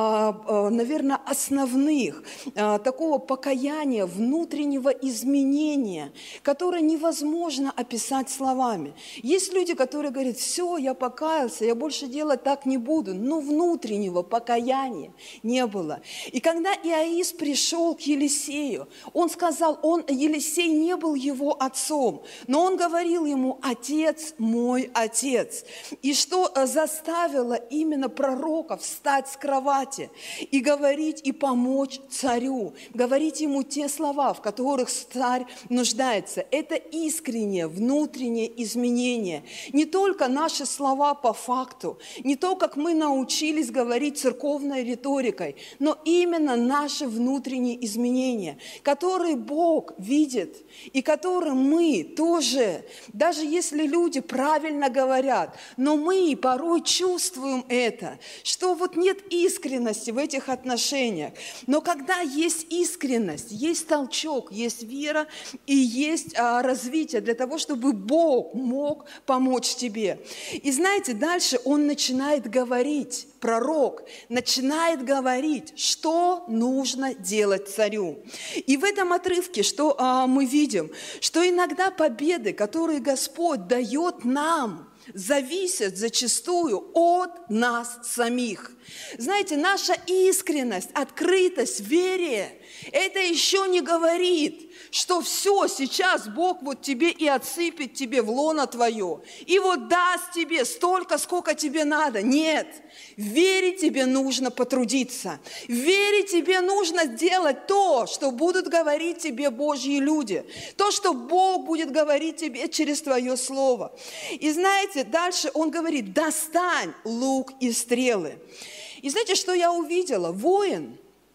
наверное, основных, такого покаяния, внутреннего изменения, которое невозможно описать словами. Есть люди, которые говорят, все, я покаялся, я больше делать так не буду, но внутреннего покаяния не было. И когда Иаис пришел к Елисею, он сказал, Елисей не был его отцом, но он говорил ему, отец мой отец. И что заставило именно пророка встать с кровати и говорить, и помочь царю, говорить ему те слова, в которых царь нуждается. Это искреннее внутреннее изменение. Не только наши слова по факту, не то, как мы научились говорить церковной риторикой, но именно наши внутренние изменения, которые Бог видит, и которые мы тоже, даже если люди правильно говорят, но мы порой чувствуем это, что вот нет искренности в этих отношениях. Но когда есть искренность, есть толчок, есть вера и есть развитие для того, чтобы Бог мог помочь тебе. И знаете, дальше он начинает говорить, пророк начинает говорить, что нужно делать царю. И в этом отрывке, что мы видим, что иногда победы, которые Господь дает нам, зависят зачастую от нас самих. Знаете, наша искренность, открытость, вере, это еще не говорит, что все, сейчас Бог вот тебе и отсыпет тебе в лоно твое, и вот даст тебе столько, сколько тебе надо. Нет, в вере тебе нужно потрудиться, в вере тебе нужно делать то, что будут говорить тебе Божьи люди, то, что Бог будет говорить тебе через твое слово. И знаете, дальше он говорит, достань лук и стрелы. И знаете, что я увидела? Воин,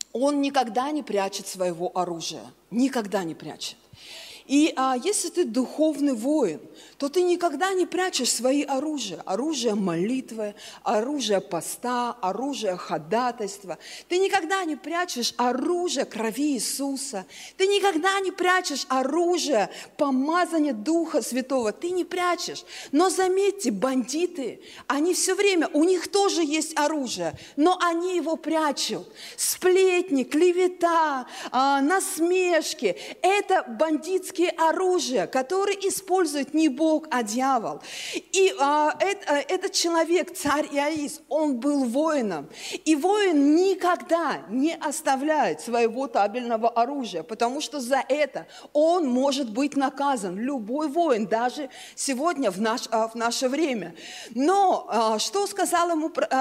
он никогда не прячет своего оружия. Никогда не прячет. И если ты духовный воин, то ты никогда не прячешь свои оружия. Оружие молитвы, оружие поста, оружие ходатайства. Ты никогда не прячешь оружие крови Иисуса. Ты никогда не прячешь оружие помазания Духа Святого. Ты не прячешь. Но заметьте, бандиты, они все время, у них тоже есть оружие, но они его прячут. Сплетни, клевета, насмешки – это бандитские оружия, которые использует не Бог, а дьявол. И этот человек, царь Иаис, он был воином. И воин никогда не оставляет своего табельного оружия, потому что за это он может быть наказан. Любой воин, даже сегодня в наше время. Но что сказал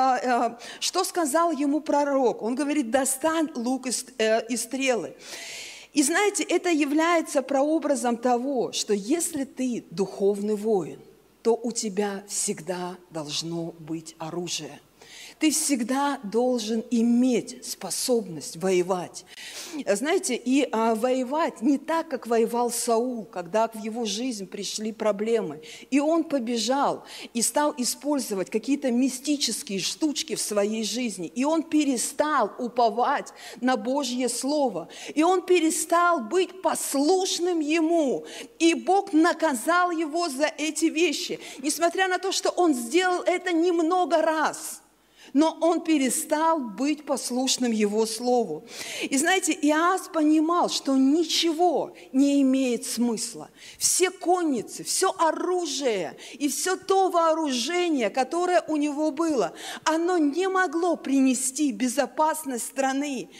ему пророк? Он говорит: достань лук и стрелы. И знаете, это является прообразом того, что если ты духовный воин, то у тебя всегда должно быть оружие. Ты всегда должен иметь способность воевать. Знаете, и воевать не так, как воевал Саул, когда в его жизнь пришли проблемы. И он побежал и стал использовать какие-то мистические штучки в своей жизни. И он перестал уповать на Божье Слово. И он перестал быть послушным Ему. И Бог наказал его за эти вещи. Несмотря на то, что он сделал это немного раз. Но он перестал быть послушным Его Слову. И знаете, Иоас понимал, что ничего не имеет смысла. Все конницы, все оружие и все то вооружение, которое у него было, оно не могло принести безопасности страны.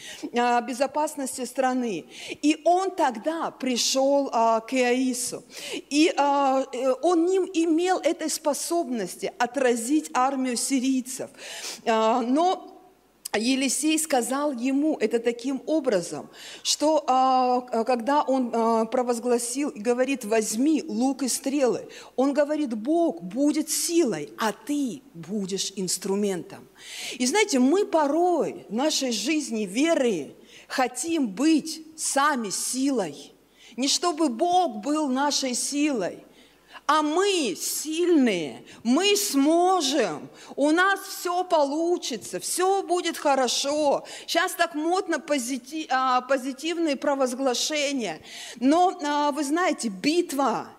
И он тогда пришел к Иаису. И он не имел этой способности отразить армию сирийцев. Но Елисей сказал ему это таким образом, что когда он провозгласил и говорит: возьми лук и стрелы, он говорит: Бог будет силой, а ты будешь инструментом. И знаете, мы порой в нашей жизни веры хотим быть сами силой, не чтобы Бог был нашей силой, а мы сильные, мы сможем, у нас все получится, все будет хорошо. Сейчас так модно позитивные провозглашения. Но вы знаете, битва,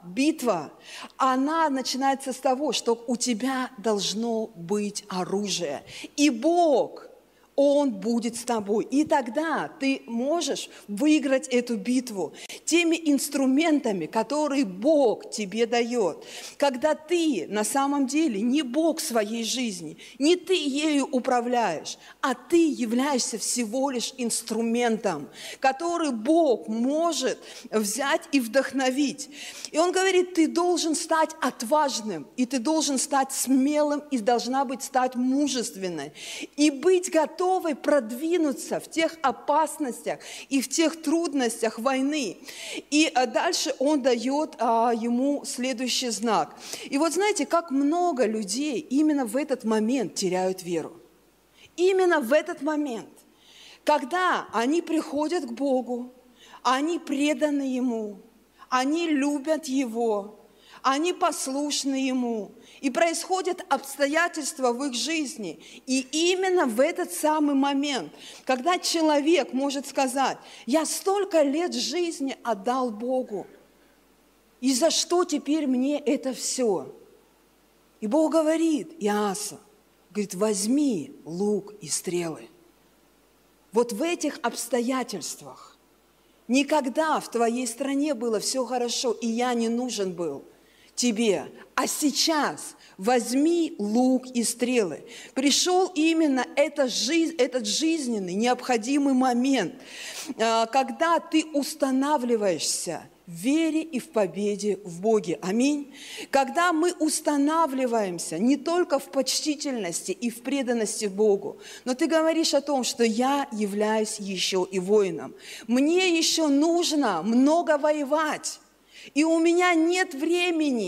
она начинается с того, что у тебя должно быть оружие. И Бог, Он будет с тобой. И тогда ты можешь выиграть эту битву теми инструментами, которые Бог тебе дает. Когда ты на самом деле не Бог своей жизни, не ты ею управляешь, а ты являешься всего лишь инструментом, который Бог может взять и вдохновить. И Он говорит: ты должен стать отважным, и ты должен стать смелым, и должна стать мужественной, и быть готовым продвинуться в тех опасностях и в тех трудностях войны. И дальше он дает ему следующий знак. И вот знаете, как много людей именно в этот момент теряют веру. Именно в этот момент, когда они приходят к Богу, они преданы Ему, они любят Его, они послушны Ему. И происходят обстоятельства в их жизни. И именно в этот самый момент, когда человек может сказать: я столько лет жизни отдал Богу, и за что теперь мне это все? И Бог говорит Иоасу, говорит: возьми лук и стрелы. Вот в этих обстоятельствах никогда в твоей стране было все хорошо, и я не нужен был тебе. А сейчас возьми лук и стрелы. Пришел именно этот жизненный, необходимый момент, когда ты устанавливаешься в вере и в победе в Боге. Аминь. Когда мы устанавливаемся не только в почтительности и в преданности Богу, но ты говоришь о том, что я являюсь еще и воином. Мне еще нужно много воевать. И у меня нет времени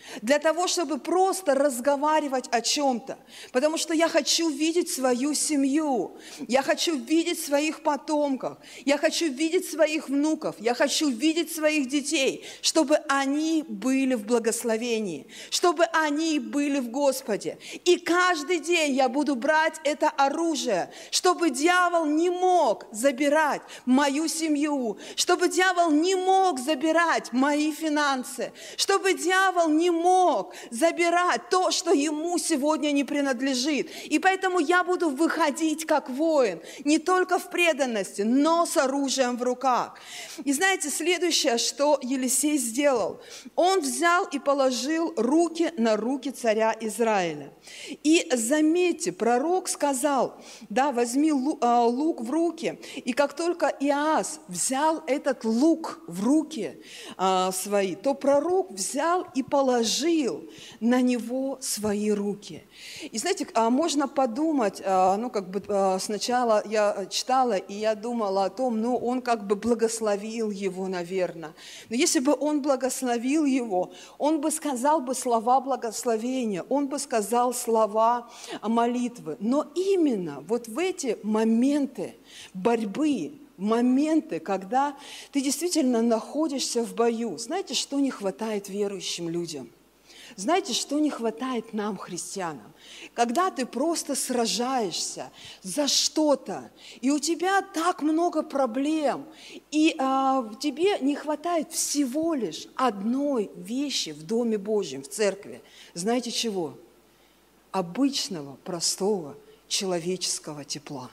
для того, чтобы просто разговаривать о чем-то. Потому что я хочу видеть свою семью, я хочу видеть своих потомков, я хочу видеть своих внуков, я хочу видеть своих детей, чтобы они были в благословении, чтобы они были в Господе. И каждый день я буду брать это оружие, чтобы дьявол не мог забирать мою семью, чтобы дьявол не мог забирать мои финансы, чтобы дьявол не мог забирать то, что ему сегодня не принадлежит. И поэтому я буду выходить как воин, не только в преданности, но с оружием в руках. И знаете, следующее, что Елисей сделал, он взял и положил руки на руки царя Израиля. И заметьте, пророк сказал, да, возьми лук в руки. И как только Иоас взял этот лук в руки свои, то пророк взял и положил на него свои руки. И знаете, можно подумать, сначала я читала, и я думала о том, он как бы благословил его, наверное. Но если бы он благословил его, он бы сказал бы слова благословения, он бы сказал слова молитвы. Но именно вот в эти моменты борьбы, моменты, когда ты действительно находишься в бою, знаете, что не хватает верующим людям? Знаете, что не хватает нам, христианам? Когда ты просто сражаешься за что-то, и у тебя так много проблем, и тебе не хватает всего лишь одной вещи в Доме Божьем, в церкви. Знаете чего? Обычного, простого, человеческого тепла.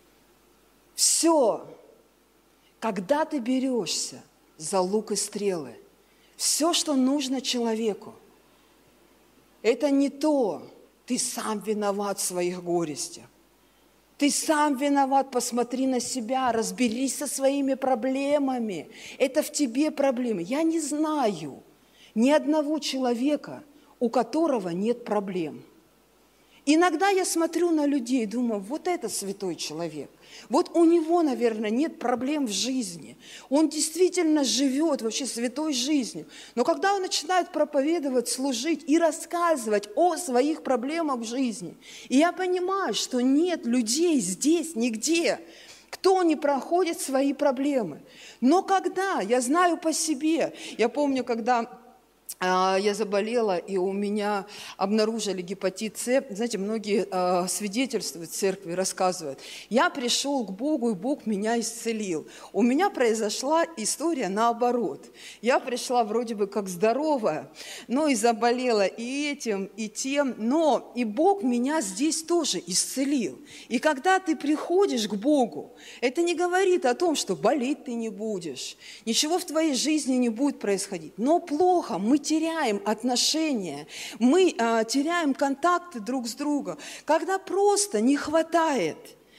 Все. Когда ты берешься за лук и стрелы, все, что нужно человеку, это не то, ты сам виноват в своих горестях. Ты сам виноват, посмотри на себя, разберись со своими проблемами. Это в тебе проблемы. Я не знаю ни одного человека, у которого нет проблем. Иногда я смотрю на людей и думаю, вот это святой человек. Вот у него, наверное, нет проблем в жизни. Он действительно живет вообще святой жизнью. Но когда он начинает проповедовать, служить и рассказывать о своих проблемах в жизни, и я понимаю, что нет людей здесь нигде, кто не проходит свои проблемы. Но когда, я знаю по себе, я помню, когда я заболела, и у меня обнаружили гепатит С. Знаете, многие свидетельствуют в церкви, рассказывают. Я пришел к Богу, и Бог меня исцелил. У меня произошла история наоборот. Я пришла вроде бы как здоровая, но и заболела и этим, и тем. Но и Бог меня здесь тоже исцелил. И когда ты приходишь к Богу, это не говорит о том, что болеть ты не будешь. Ничего в твоей жизни не будет происходить. Но плохо, мы теряем отношения, мы теряем контакты друг с другом, когда просто не хватает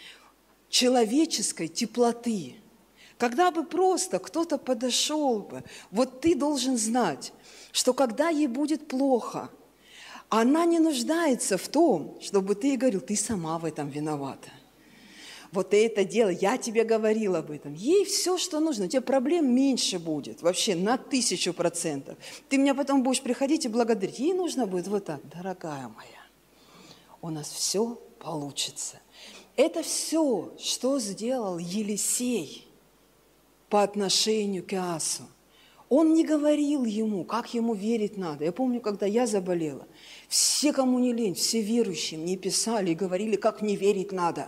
человеческой теплоты, когда бы просто кто-то подошел бы, вот ты должен знать, что когда ей будет плохо, она не нуждается в том, чтобы ты ей говорил, ты сама в этом виновата. Вот это дело, я тебе говорил об этом. Ей все, что нужно, у тебя проблем меньше будет, вообще на 1000%. Ты меня потом будешь приходить и благодарить. Ей нужно будет вот так, дорогая моя, у нас все получится. Это все, что сделал Елисей по отношению к Иоасу. Он не говорил ему, как ему верить надо. Я помню, когда я заболела, все, кому не лень, все верующие мне писали и говорили, как мне верить надо.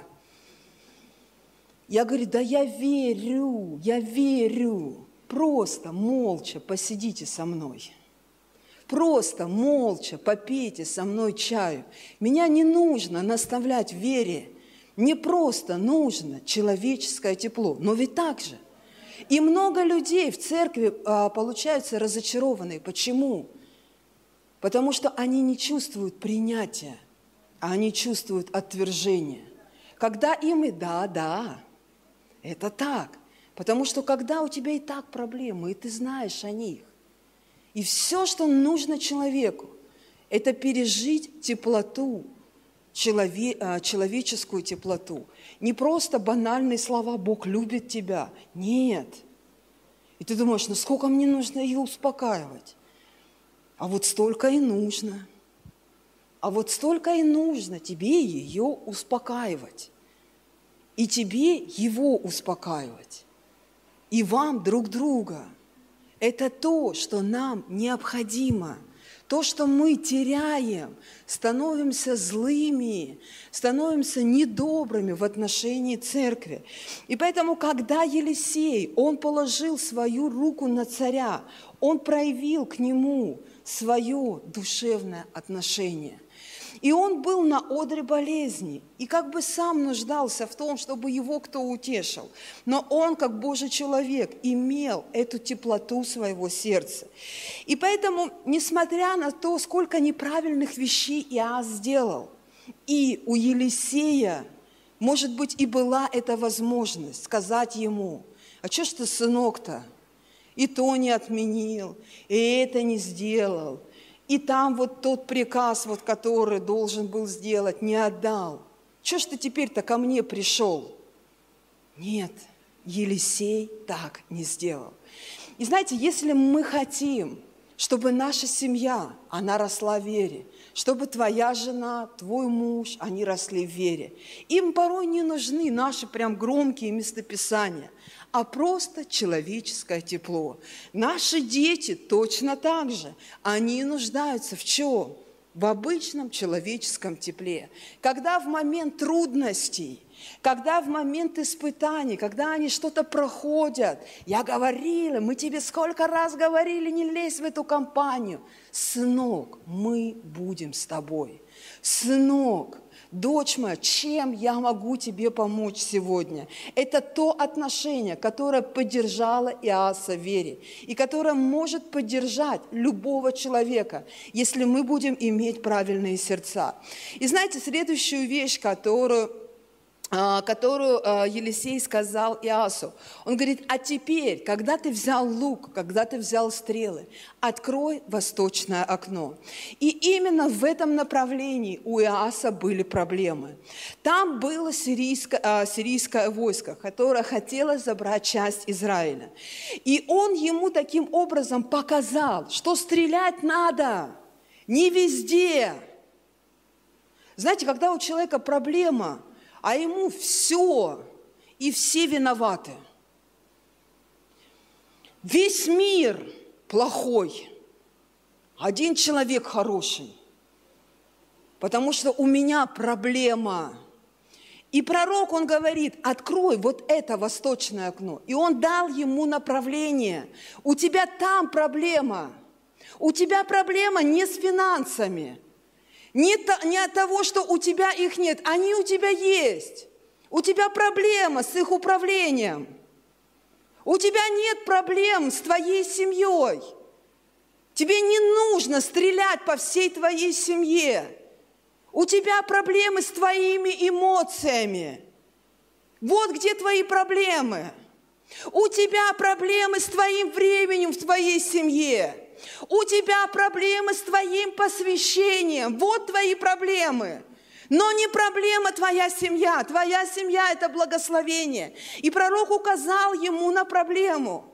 Я говорю, да я верю, просто молча посидите со мной, просто молча попейте со мной чаю. Меня не нужно наставлять в вере, мне просто нужно человеческое тепло, но ведь так же. И много людей в церкви получаются разочарованные. Почему? Потому что они не чувствуют принятия, а они чувствуют отвержение. Когда им и да, это так. Потому что когда у тебя и так проблемы, и ты знаешь о них, и все, что нужно человеку, это пережить теплоту, человеческую теплоту. Не просто банальные слова «Бог любит тебя». Нет. И ты думаешь, ну сколько мне нужно ее успокаивать? А вот столько и нужно. А вот столько и нужно тебе ее успокаивать. И тебе его успокаивать. И вам друг друга. Это то, что нам необходимо. То, что мы теряем, становимся злыми, становимся недобрыми в отношении церкви. И поэтому, когда Елисей, он положил свою руку на царя, он проявил к нему свое душевное отношение. И он был на одре болезни, и как бы сам нуждался в том, чтобы его кто утешил. Но он, как Божий человек, имел эту теплоту своего сердца. И поэтому, несмотря на то, сколько неправильных вещей Иоас сделал, и у Елисея, может быть, и была эта возможность сказать ему: а что ж ты, сынок-то, и то не отменил, и это не сделал, и там вот тот приказ, вот, который должен был сделать, не отдал. Чего ж ты теперь-то ко мне пришел? Нет, Елисей так не сделал. И знаете, если мы хотим, чтобы наша семья, она росла в вере, чтобы твоя жена, твой муж, они росли в вере, им порой не нужны наши прям громкие местописания, а просто человеческое тепло. Наши дети точно так же. Они нуждаются в чем? В обычном человеческом тепле. Когда в момент трудностей, когда в момент испытаний, когда они что-то проходят, я говорила, мы тебе сколько раз говорили, не лезь в эту компанию. Сынок, мы будем с тобой. Сынок, дочь моя, чем я могу тебе помочь сегодня? Это то отношение, которое поддержало Иоаса в вере и которое может поддержать любого человека, если мы будем иметь правильные сердца. И знаете, следующую вещь, которую Елисей сказал Иоасу. Он говорит: а теперь, когда ты взял лук, когда ты взял стрелы, открой восточное окно. И именно в этом направлении у Иоаса были проблемы. Там было сирийское войско, которое хотело забрать часть Израиля. И он ему таким образом показал, что стрелять надо не везде. Знаете, когда у человека проблема, а ему все, и все виноваты. Весь мир плохой, один человек хороший, потому что у меня проблема. И пророк, он говорит: открой вот это восточное окно. И он дал ему направление. У тебя там проблема. У тебя проблема не с финансами. Не от того, что у тебя их нет, они у тебя есть. У тебя проблема с их управлением. У тебя нет проблем с твоей семьей. Тебе не нужно стрелять по всей твоей семье. У тебя проблемы с твоими эмоциями. Вот где твои проблемы. У тебя проблемы с твоим временем в твоей семье. У тебя проблемы с твоим посвящением. Вот твои проблемы. Но не проблема твоя семья. Твоя семья – это благословение. И пророк указал ему на проблему.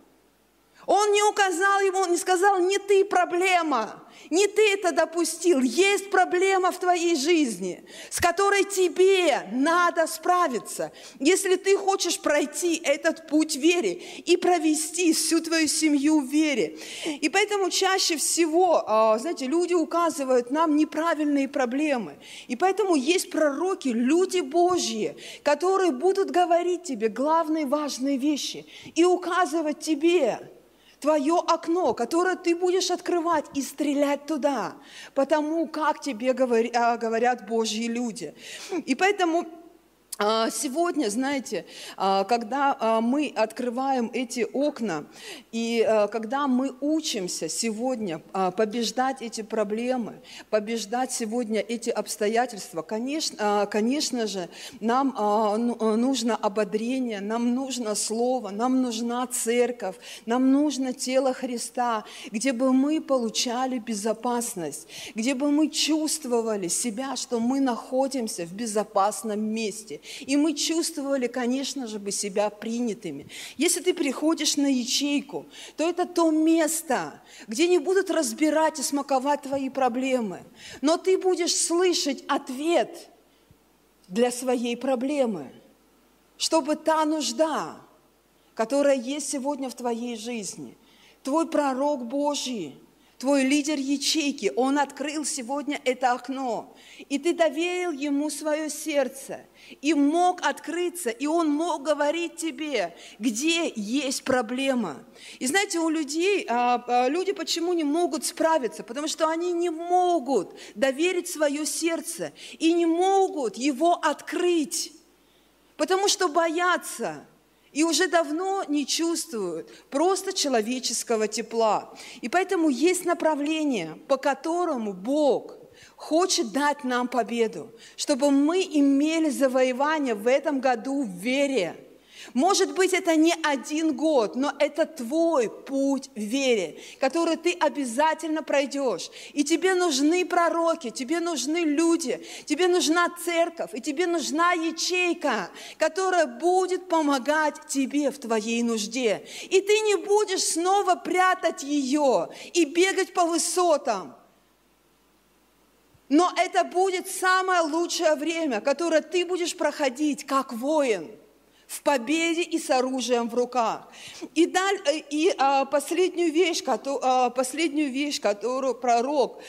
Он не указал ему, он не сказал: не ты проблема, не ты это допустил. Есть проблема в твоей жизни, с которой тебе надо справиться, если ты хочешь пройти этот путь в вере и провести всю твою семью в вере. И поэтому чаще всего, знаете, люди указывают нам неправильные проблемы. И поэтому есть пророки, люди Божьи, которые будут говорить тебе главные важные вещи и указывать тебе твое окно, которое ты будешь открывать и стрелять туда, потому как тебе говорят Божьи люди. И поэтому сегодня, знаете, когда мы открываем эти окна, и когда мы учимся сегодня побеждать эти проблемы, побеждать сегодня эти обстоятельства, конечно же, нам нужно ободрение, нам нужно слово, нам нужна церковь, нам нужно тело Христа, где бы мы получали безопасность, где бы мы чувствовали себя, что мы находимся в безопасном месте. И мы чувствовали, конечно же, бы себя принятыми. Если ты приходишь на ячейку, то это то место, где не будут разбирать и смаковать твои проблемы. Но ты будешь слышать ответ для своей проблемы, чтобы та нужда, которая есть сегодня в твоей жизни, твой пророк Божий, твой лидер ячейки, он открыл сегодня это окно, и ты доверил ему свое сердце, и мог открыться, и он мог говорить тебе, где есть проблема. И знаете, у людей, люди почему не могут справиться? Потому что они не могут доверить свое сердце и не могут его открыть, потому что боятся. И уже давно не чувствуют просто человеческого тепла. И поэтому есть направление, по которому Бог хочет дать нам победу, чтобы мы имели завоевание в этом году в вере. Может быть, это не 1 год, но это твой путь в вере, который ты обязательно пройдешь. И тебе нужны пророки, тебе нужны люди, тебе нужна церковь, и тебе нужна ячейка, которая будет помогать тебе в твоей нужде. И ты не будешь снова прятать ее и бегать по высотам. Но это будет самое лучшее время, которое ты будешь проходить как воин, в победе и с оружием в руках. И последнюю вещь, которую пророк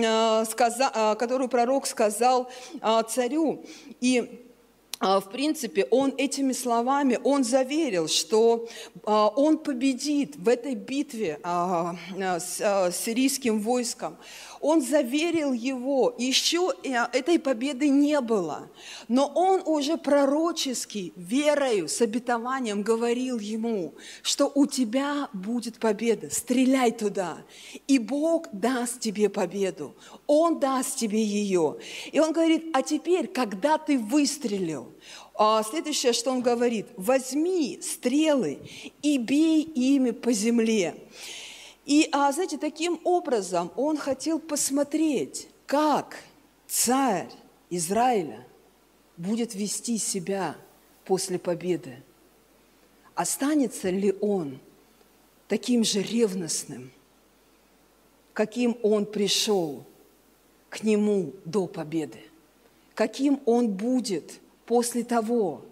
сказал царю. И в принципе, он этими словами, он заверил, что он победит в этой битве с сирийским войском. Он заверил его, еще этой победы не было, но он уже пророчески, верою, с обетованием говорил ему, что у тебя будет победа, стреляй туда, и Бог даст тебе победу, Он даст тебе ее. И он говорит, а теперь, когда ты выстрелил, следующее, что он говорит, возьми стрелы и бей ими по земле. И, знаете, таким образом он хотел посмотреть, как царь Израиля будет вести себя после победы. Останется ли он таким же ревностным, каким он пришел к нему до победы? Каким он будет после того,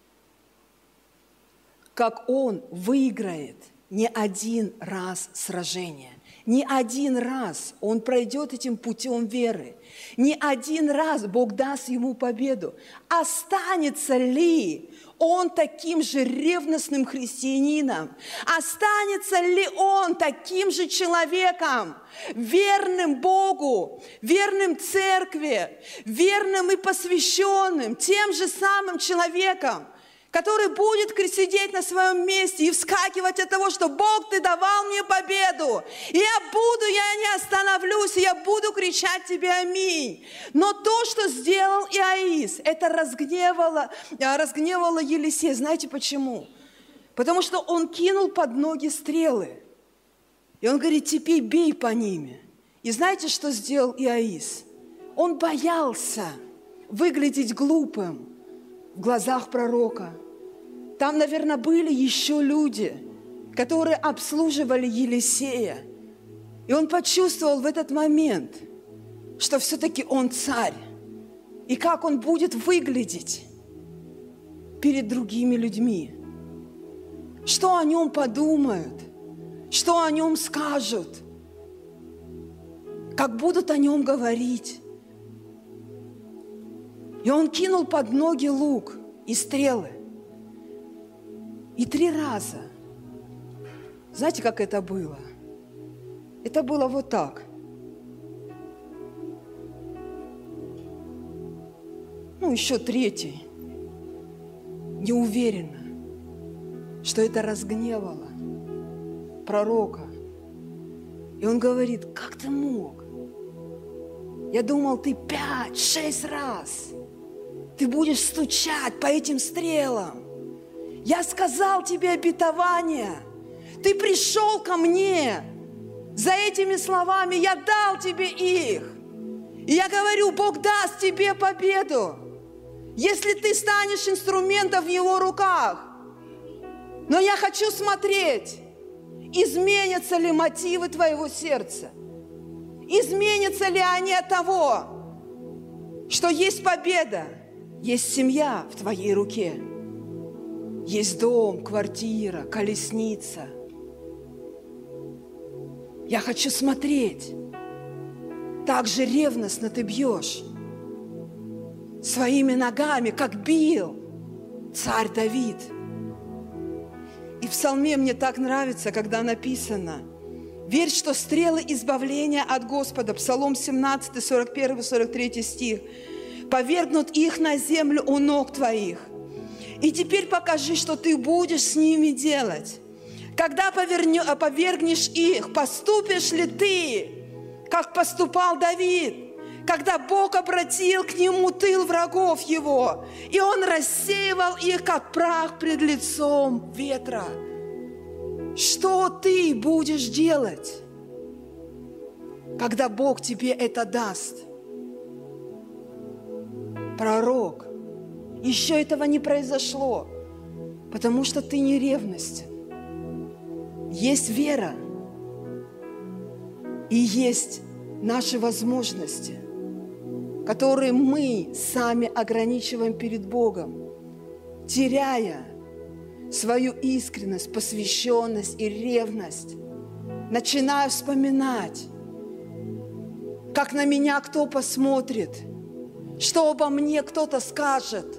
как он выиграет не 1 раз сражение, не 1 раз он пройдет этим путем веры, не 1 раз Бог даст ему победу. Останется ли он таким же ревностным христианином? Останется ли он таким же человеком, верным Богу, верным церкви, верным и посвященным, тем же самым человеком, который будет сидеть на своем месте и вскакивать от того, что Бог, Ты давал мне победу, и я не остановлюсь, и я буду кричать Тебе аминь. Но то, что сделал Иоис, это разгневало Елисея. Знаете почему? Потому что он кинул под ноги стрелы. И он говорит, теперь бей по ними. И знаете, что сделал Иоис? Он боялся выглядеть глупым в глазах пророка. Там, наверное, были еще люди, которые обслуживали Елисея. И он почувствовал в этот момент, что все-таки он царь. И как он будет выглядеть перед другими людьми. Что о нем подумают, что о нем скажут, как будут о нем говорить. И он кинул под ноги лук и стрелы. И 3 раза. Знаете, как это было? Это было вот так. Еще 3-й. Не уверена, что это разгневало пророка. И он говорит, как ты мог? Я думал, ты 5-6 раз ты будешь стучать по этим стрелам. Я сказал тебе обетование. Ты пришел ко мне за этими словами. Я дал тебе их. И я говорю, Бог даст тебе победу. если ты станешь инструментом в Его руках. Но я хочу смотреть, изменятся ли мотивы твоего сердца. Изменятся ли они от того, что есть победа, есть семья в твоей руке, есть дом, квартира, колесница. Я хочу смотреть, так же ревностно ты бьешь своими ногами, как бил царь Давид. И в Псалме мне так нравится, когда написано: «Верь, что стрелы избавления от Господа», Псалом 17, 41, 43 стих, «повергнут их на землю у ног твоих». И теперь покажи, что ты будешь с ними делать. Когда повергнешь их, поступишь ли ты, как поступал Давид, когда Бог обратил к нему тыл врагов его, и он рассеивал их, как прах пред лицом ветра. Что ты будешь делать, когда Бог тебе это даст? Пророк, еще этого не произошло, потому что ты не ревностен. Есть вера и есть наши возможности, которые мы сами ограничиваем перед Богом, теряя свою искренность, посвященность и ревность. Начинаю вспоминать, как на меня кто посмотрит, что обо мне кто-то скажет.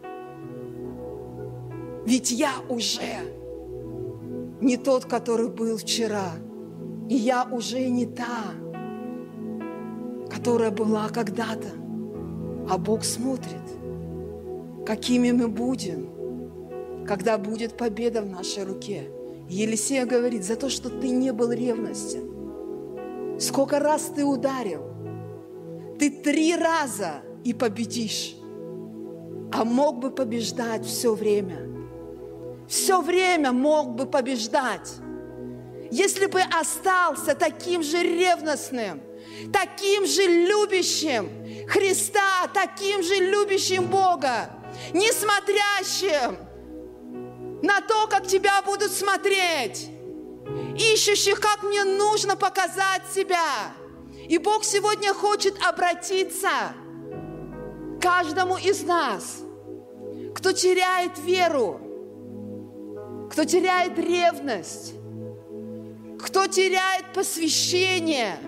Ведь я уже не тот, который был вчера, и я уже не та, которая была когда-то. А Бог смотрит, какими мы будем, когда будет победа в нашей руке. Елисея говорит: за то, что ты не был ревностен. Сколько раз ты ударил? Ты 3 раза и победишь. А мог бы побеждать все время. Все время мог бы побеждать. Если бы остался таким же ревностным, таким же любящим Христа, таким же любящим Бога, не смотрящим на то, как тебя будут смотреть, ищущих, как мне нужно показать себя. И Бог сегодня хочет обратиться к каждому из нас, кто теряет веру, кто теряет ревность, кто теряет посвящение,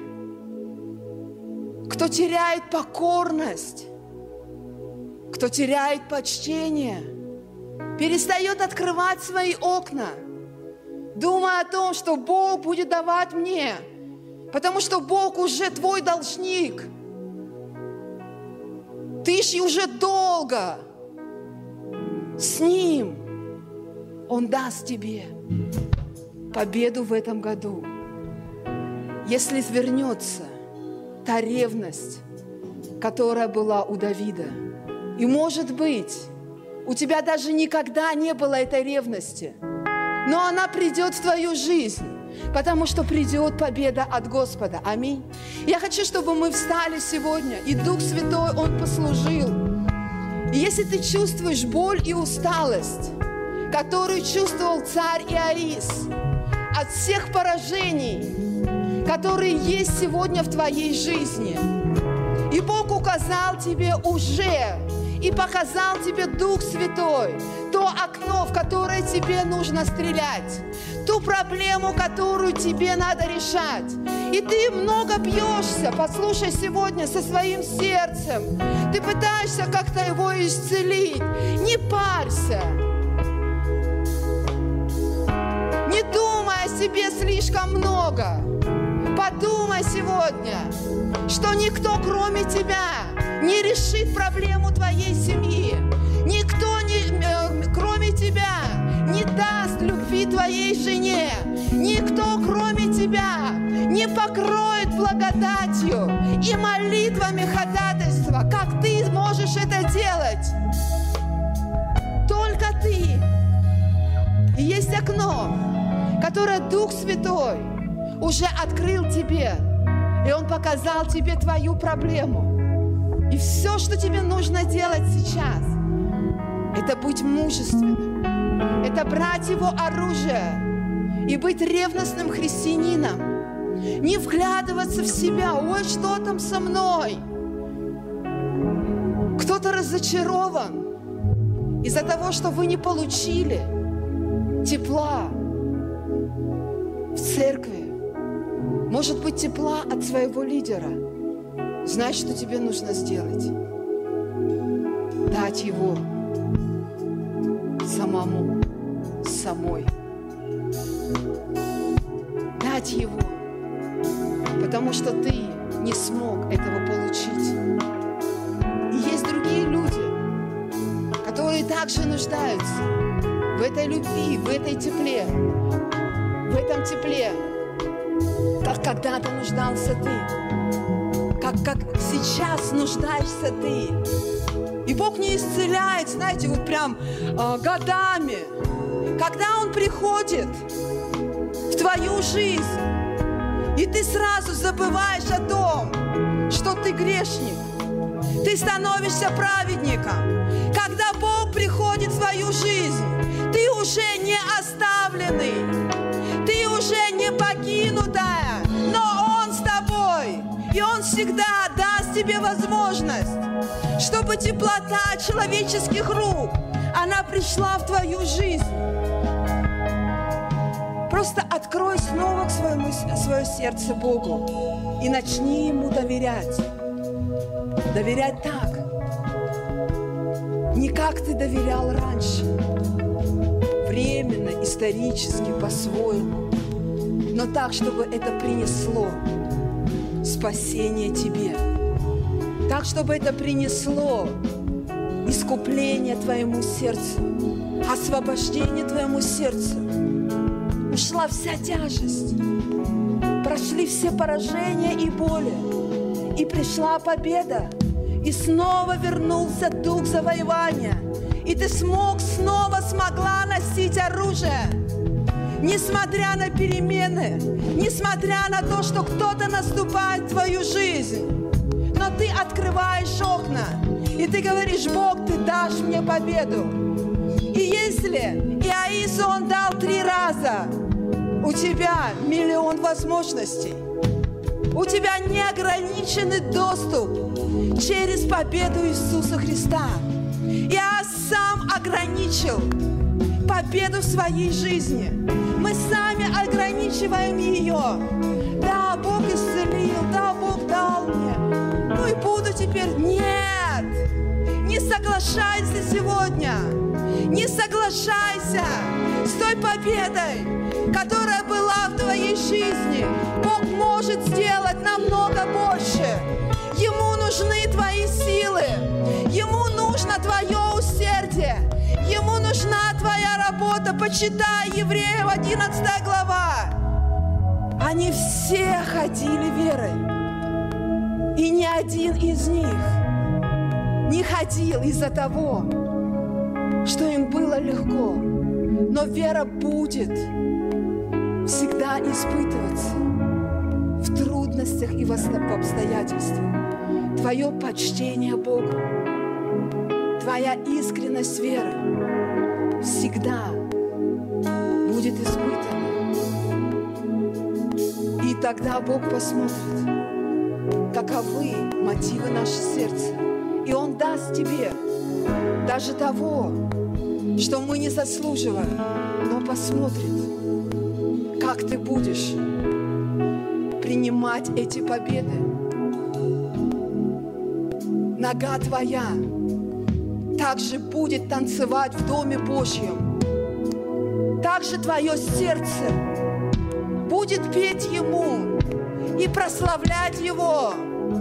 кто теряет покорность, кто теряет почтение, перестает открывать свои окна, думая о том, что Бог будет давать мне, потому что Бог уже твой должник. Ты же уже долго с Ним. Он даст тебе победу в этом году. Если вернется та ревность, которая была у Давида. И, может быть, у тебя даже никогда не было этой ревности, но она придет в твою жизнь, потому что придет победа от Господа. Аминь. Я хочу, чтобы мы встали сегодня, и Дух Святой, Он послужил. И если ты чувствуешь боль и усталость, которую чувствовал царь Иоис, от всех поражений, которые есть сегодня в твоей жизни, и Бог указал тебе уже, и показал тебе Дух Святой, то окно, в которое тебе нужно стрелять, ту проблему, которую тебе надо решать. И ты много бьешься, послушай, сегодня со своим сердцем. Ты пытаешься как-то его исцелить. Не парься. Не думай о себе слишком много. Подумай сегодня, что никто, кроме тебя, не решит проблему твоей семьи. Никто, кроме тебя, не даст любви твоей жене. Никто, кроме тебя, не покроет благодатью и молитвами ходатайства, как ты можешь это делать. Только ты. И есть окно, которое Дух Святой уже открыл тебе, и Он показал тебе твою проблему. И все, что тебе нужно делать сейчас, это быть мужественным, это брать Его оружие и быть ревностным христианином, не вглядываться в себя, ой, что там со мной? Кто-то разочарован из-за того, что вы не получили тепла в церкви. Может быть, тепла от своего лидера. Знаешь, что тебе нужно сделать? Дать его самому, самой. Дать его, потому что ты не смог этого получить. И есть другие люди, которые также нуждаются в этой любви, в этой тепле, в этом тепле, как когда-то нуждался ты, как сейчас нуждаешься ты. И Бог не исцеляет, знаете, вот прям годами. Когда Он приходит в твою жизнь, и ты сразу забываешь о том, что ты грешник, ты становишься праведником. Когда Бог приходит в твою жизнь, ты уже не оставленный, ты уже не покинутая, но Он с тобой. И Он всегда даст тебе возможность, чтобы теплота человеческих рук, она пришла в твою жизнь. Просто открой снова свое сердце Богу и начни Ему доверять. Доверять так, не как ты доверял раньше, временно, исторически, по-своему, но так, чтобы это принесло спасение тебе. Так, чтобы это принесло искупление твоему сердцу, освобождение твоему сердцу. Ушла вся тяжесть, прошли все поражения и боли, и пришла победа, и снова вернулся дух завоевания, и ты смогла носить оружие. Несмотря на перемены, несмотря на то, что кто-то наступает в твою жизнь, но ты открываешь окна, и ты говоришь: Бог, ты дашь мне победу. И если Иаису он дал 3 раза, у тебя миллион возможностей, у тебя неограниченный доступ через победу Иисуса Христа. Я сам ограничил победу в своей жизни. Мы сами ограничиваем ее. Да, Бог исцелил, да, Бог дал мне. Ну и буду теперь. Нет! Не соглашайся сегодня. Не соглашайся с той победой, которая была в твоей жизни. Бог может сделать намного больше. Ему нужны твои силы. Ему нужно твое усердие. Ему нужна твоя работа. Почитай Евреев 11 глава. Они все ходили верой. И ни один из них не ходил из-за того, что им было легко. Но вера будет всегда испытываться в трудностях и в обстоятельствах. Твое почтение Богу, твоя искренность веры всегда будет испытана. И тогда Бог посмотрит, каковы мотивы нашего сердца. И Он даст тебе даже того, что мы не заслуживаем, но посмотрит, как ты будешь принимать эти победы. Нога твоя также будет танцевать в Доме Божьем. Также твое сердце будет петь Ему и прославлять Его.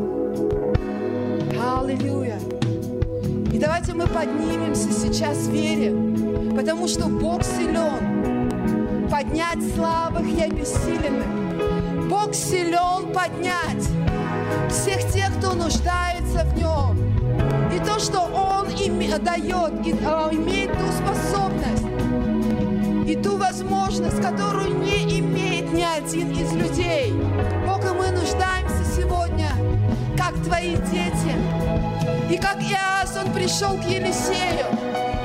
Аллилуйя! И давайте мы поднимемся сейчас в вере, потому что Бог силен поднять слабых и обессиленных. Бог силен поднять всех тех, кто нуждается в Нем. И то, что Он дает, имеет ту способность и ту возможность, которую не имеет ни один из людей. Бог, и мы нуждаемся сегодня, как Твои дети. И как Иоас, он пришел к Елисею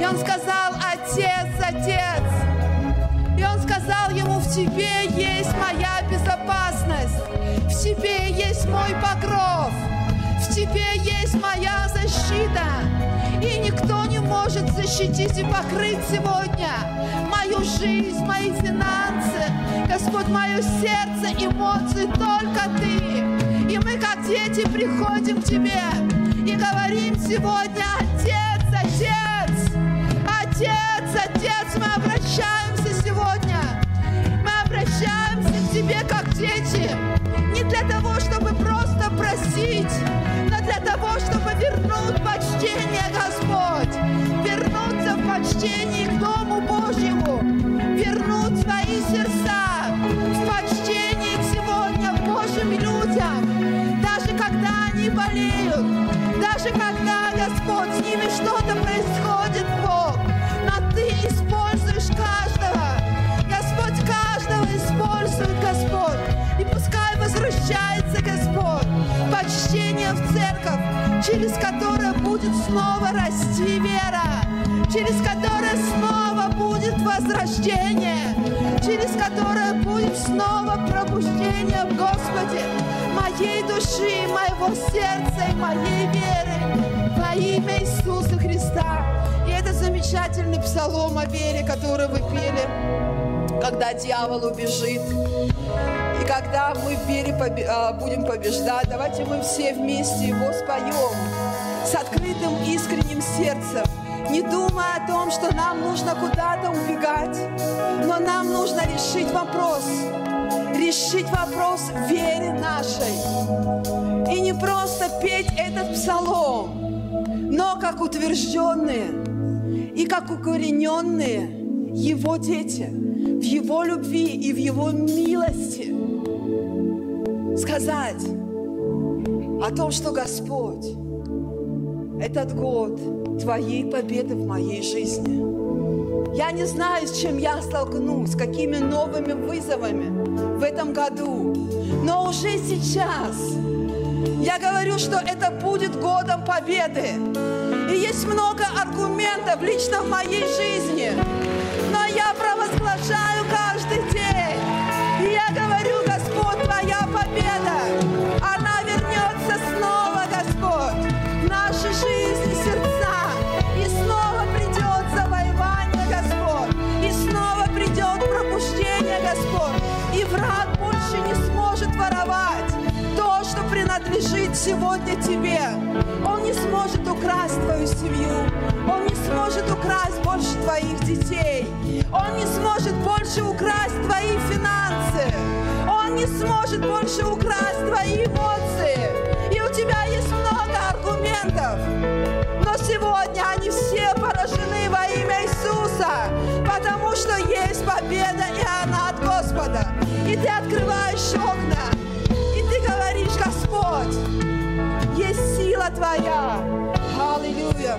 И он сказал: Отец, Отец. И он сказал ему: в тебе есть моя безопасность, в тебе есть мой покров, в тебе есть моя защита. И никто не может защитить и покрыть сегодня мою жизнь, мои финансы, Господь, мое сердце, эмоции, только Ты. И мы, как дети, приходим к Тебе и говорим сегодня: Отец, Отец, Отец, Отец, мы обращаемся сегодня. Мы обращаемся к Тебе, как дети, не для того, чтобы просто просить, но для того, чтобы вернуть почтение, Господь, вернуться в почтении к Дому Божьему, вернуть свои сердца в почтении сегодня к Божьим людям, даже когда они болеют, даже когда, Господь, с ними что-то происходит, Бог, но Ты используешь каждого, Господь, каждого использует, Господь, и пускай возвращается, Господь, почтение в церковь, через которое будет снова расти вера, через которое снова будет возрождение, через которое будет снова пробуждение в Господе моей души, моего сердца и моей веры во имя Иисуса Христа. И это замечательный псалом о вере, который вы пели, когда дьявол убежит. И когда мы в вере будем побеждать, давайте мы все вместе его споем с открытым искренним сердцем, не думая о том, что нам нужно куда-то убегать, но нам нужно решить вопрос в вере нашей. И не просто петь этот псалом, но как утвержденные и как укорененные его дети в его любви и в его милости сказать о том, что Господь, этот год Твоей победы в моей жизни. Я не знаю, с чем я столкнусь, какими новыми вызовами в этом году, но уже сейчас я говорю, что это будет годом победы. И есть много аргументов лично в моей жизни, но я провозглашаю каждый день. И я говорю: Господь, Твоя победа, она вернется снова, Господь, в наши жизни, сердца. И снова придет завоевание, Господь. И снова придет пробуждение, Господь. И враг больше не сможет воровать то, что принадлежит сегодня Тебе. Он не сможет украсть твою семью. Он не сможет украсть больше твоих детей. Он не сможет больше украсть твои финансы. Он не сможет больше украсть твои эмоции. И у тебя есть много аргументов. Но сегодня они все поражены во имя Иисуса, потому что есть победа, и она от Господа. И ты открываешь окна, и ты говоришь: Господь, есть сила Твоя. Аллилуйя.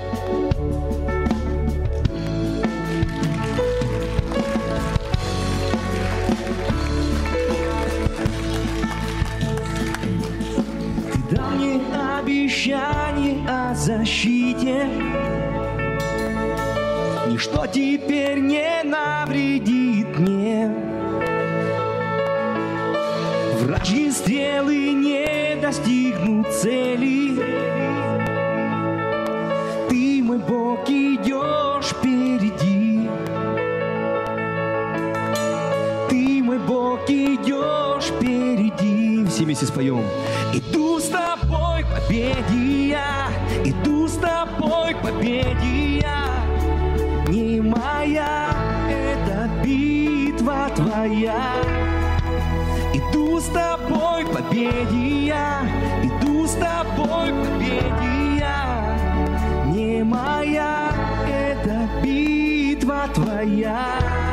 Ты дал мне обещание о защите. Ничто теперь не навредит мне. Вражьи стрелы не достигнут цели. Ты, мой Бог, идешь впереди. Ты, мой Бог, идешь впереди. Все вместе споем. Иду с тобой к победе я, иду с тобой к победе я. Не моя эта битва твоя. Иду с тобой к победе я, иду с тобой к победе я. Не моя эта битва твоя.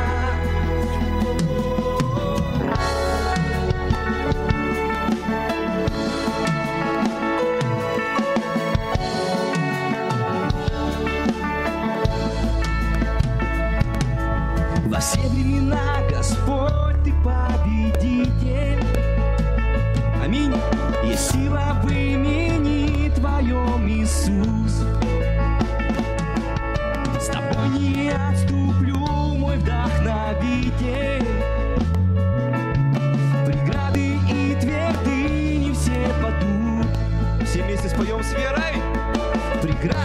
Во все времена, Господь, Ты победитель. Аминь. Есть сила в имени Твоем, Иисус. С Тобой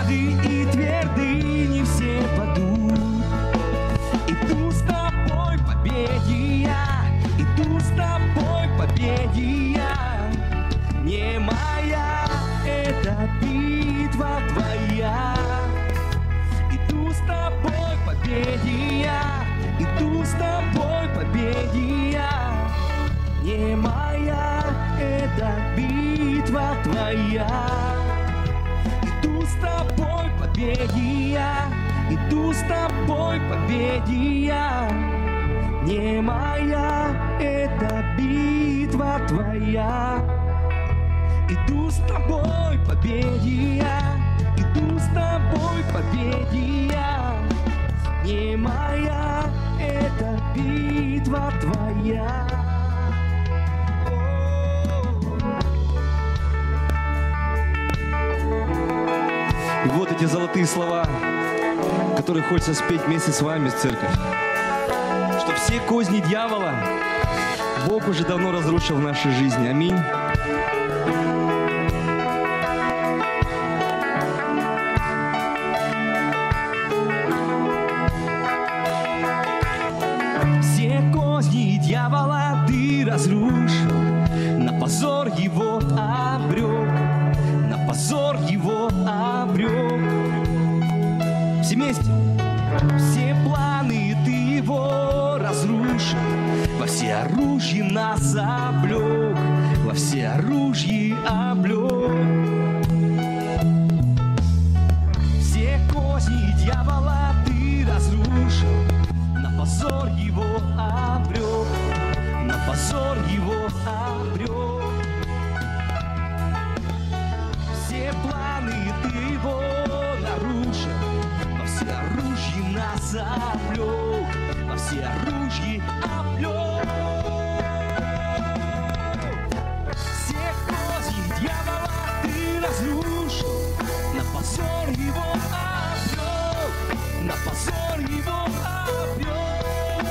воды и твердыни все падут. Иду с тобой к победе я, иду с тобой к победе я. Не моя эта битва твоя. Иду с тобой к победе я, иду с тобой к победе я. Не моя эта битва твоя. Иду с тобой к победе я, иду с тобой к победе я. Не моя эта битва твоя. Иду с тобой к победе я, иду с тобой к победе я. Не моя эта битва твоя. И вот эти золотые слова, которые хочется спеть вместе с вами, церковь. Что все козни дьявола Бог уже давно разрушил в нашей жизни. Аминь. Все козни дьявола ты разрушил, на позор его обрек, на позор его обрек. Все вместе. Все планы ты его разрушил, во все оружие нас облек, во все оружие облек. Все козни дьявола ты разрушил, на позор его обрек, на позор его обрек. Все планы ты его нарушил, во все оружие нас облек, во все оружие облек. Все козни дьявола ты разрушил, на позор его обрек, на позор его обрек.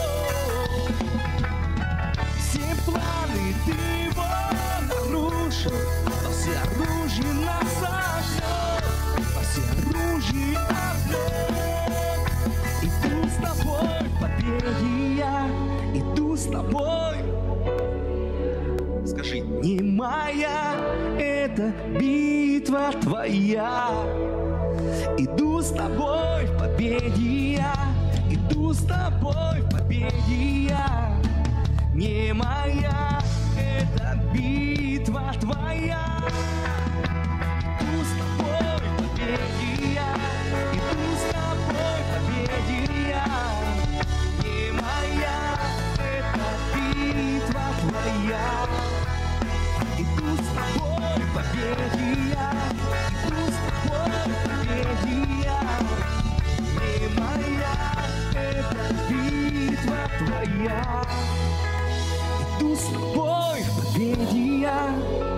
Все планы ты его нарушил, во все оружие нас облек, во все оружие облек. Иду с тобой к победе я, иду с тобой. Скажи, не моя эта битва твоя. Иду с тобой в победе я, иду с тобой в победе я. Не моя эта битва твоя. Иду с тобой в победе я, иду с тобой в победе я. Не моя эта битва твоя. Иду с тобой в победе я, иду с тобой в победе я. Не моя эта битва твоя. Иду с тобой в победе я.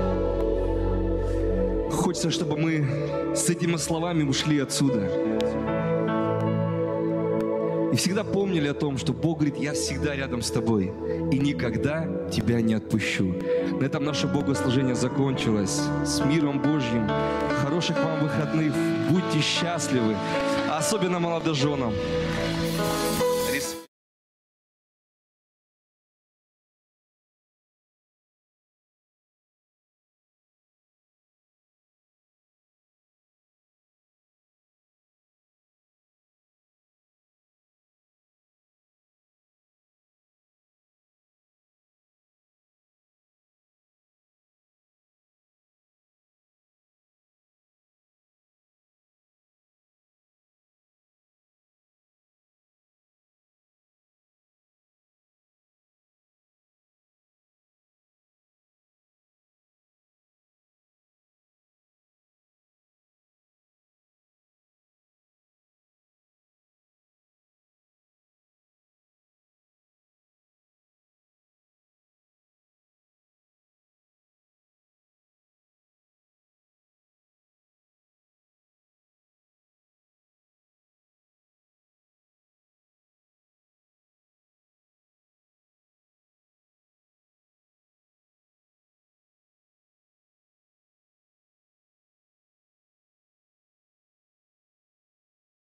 Хочется, чтобы мы с этими словами ушли отсюда. И всегда помнили о том, что Бог говорит, я всегда рядом с тобой и никогда тебя не отпущу. На этом наше богослужение закончилось. С миром Божьим. Хороших вам выходных. Будьте счастливы. А особенно молодоженам.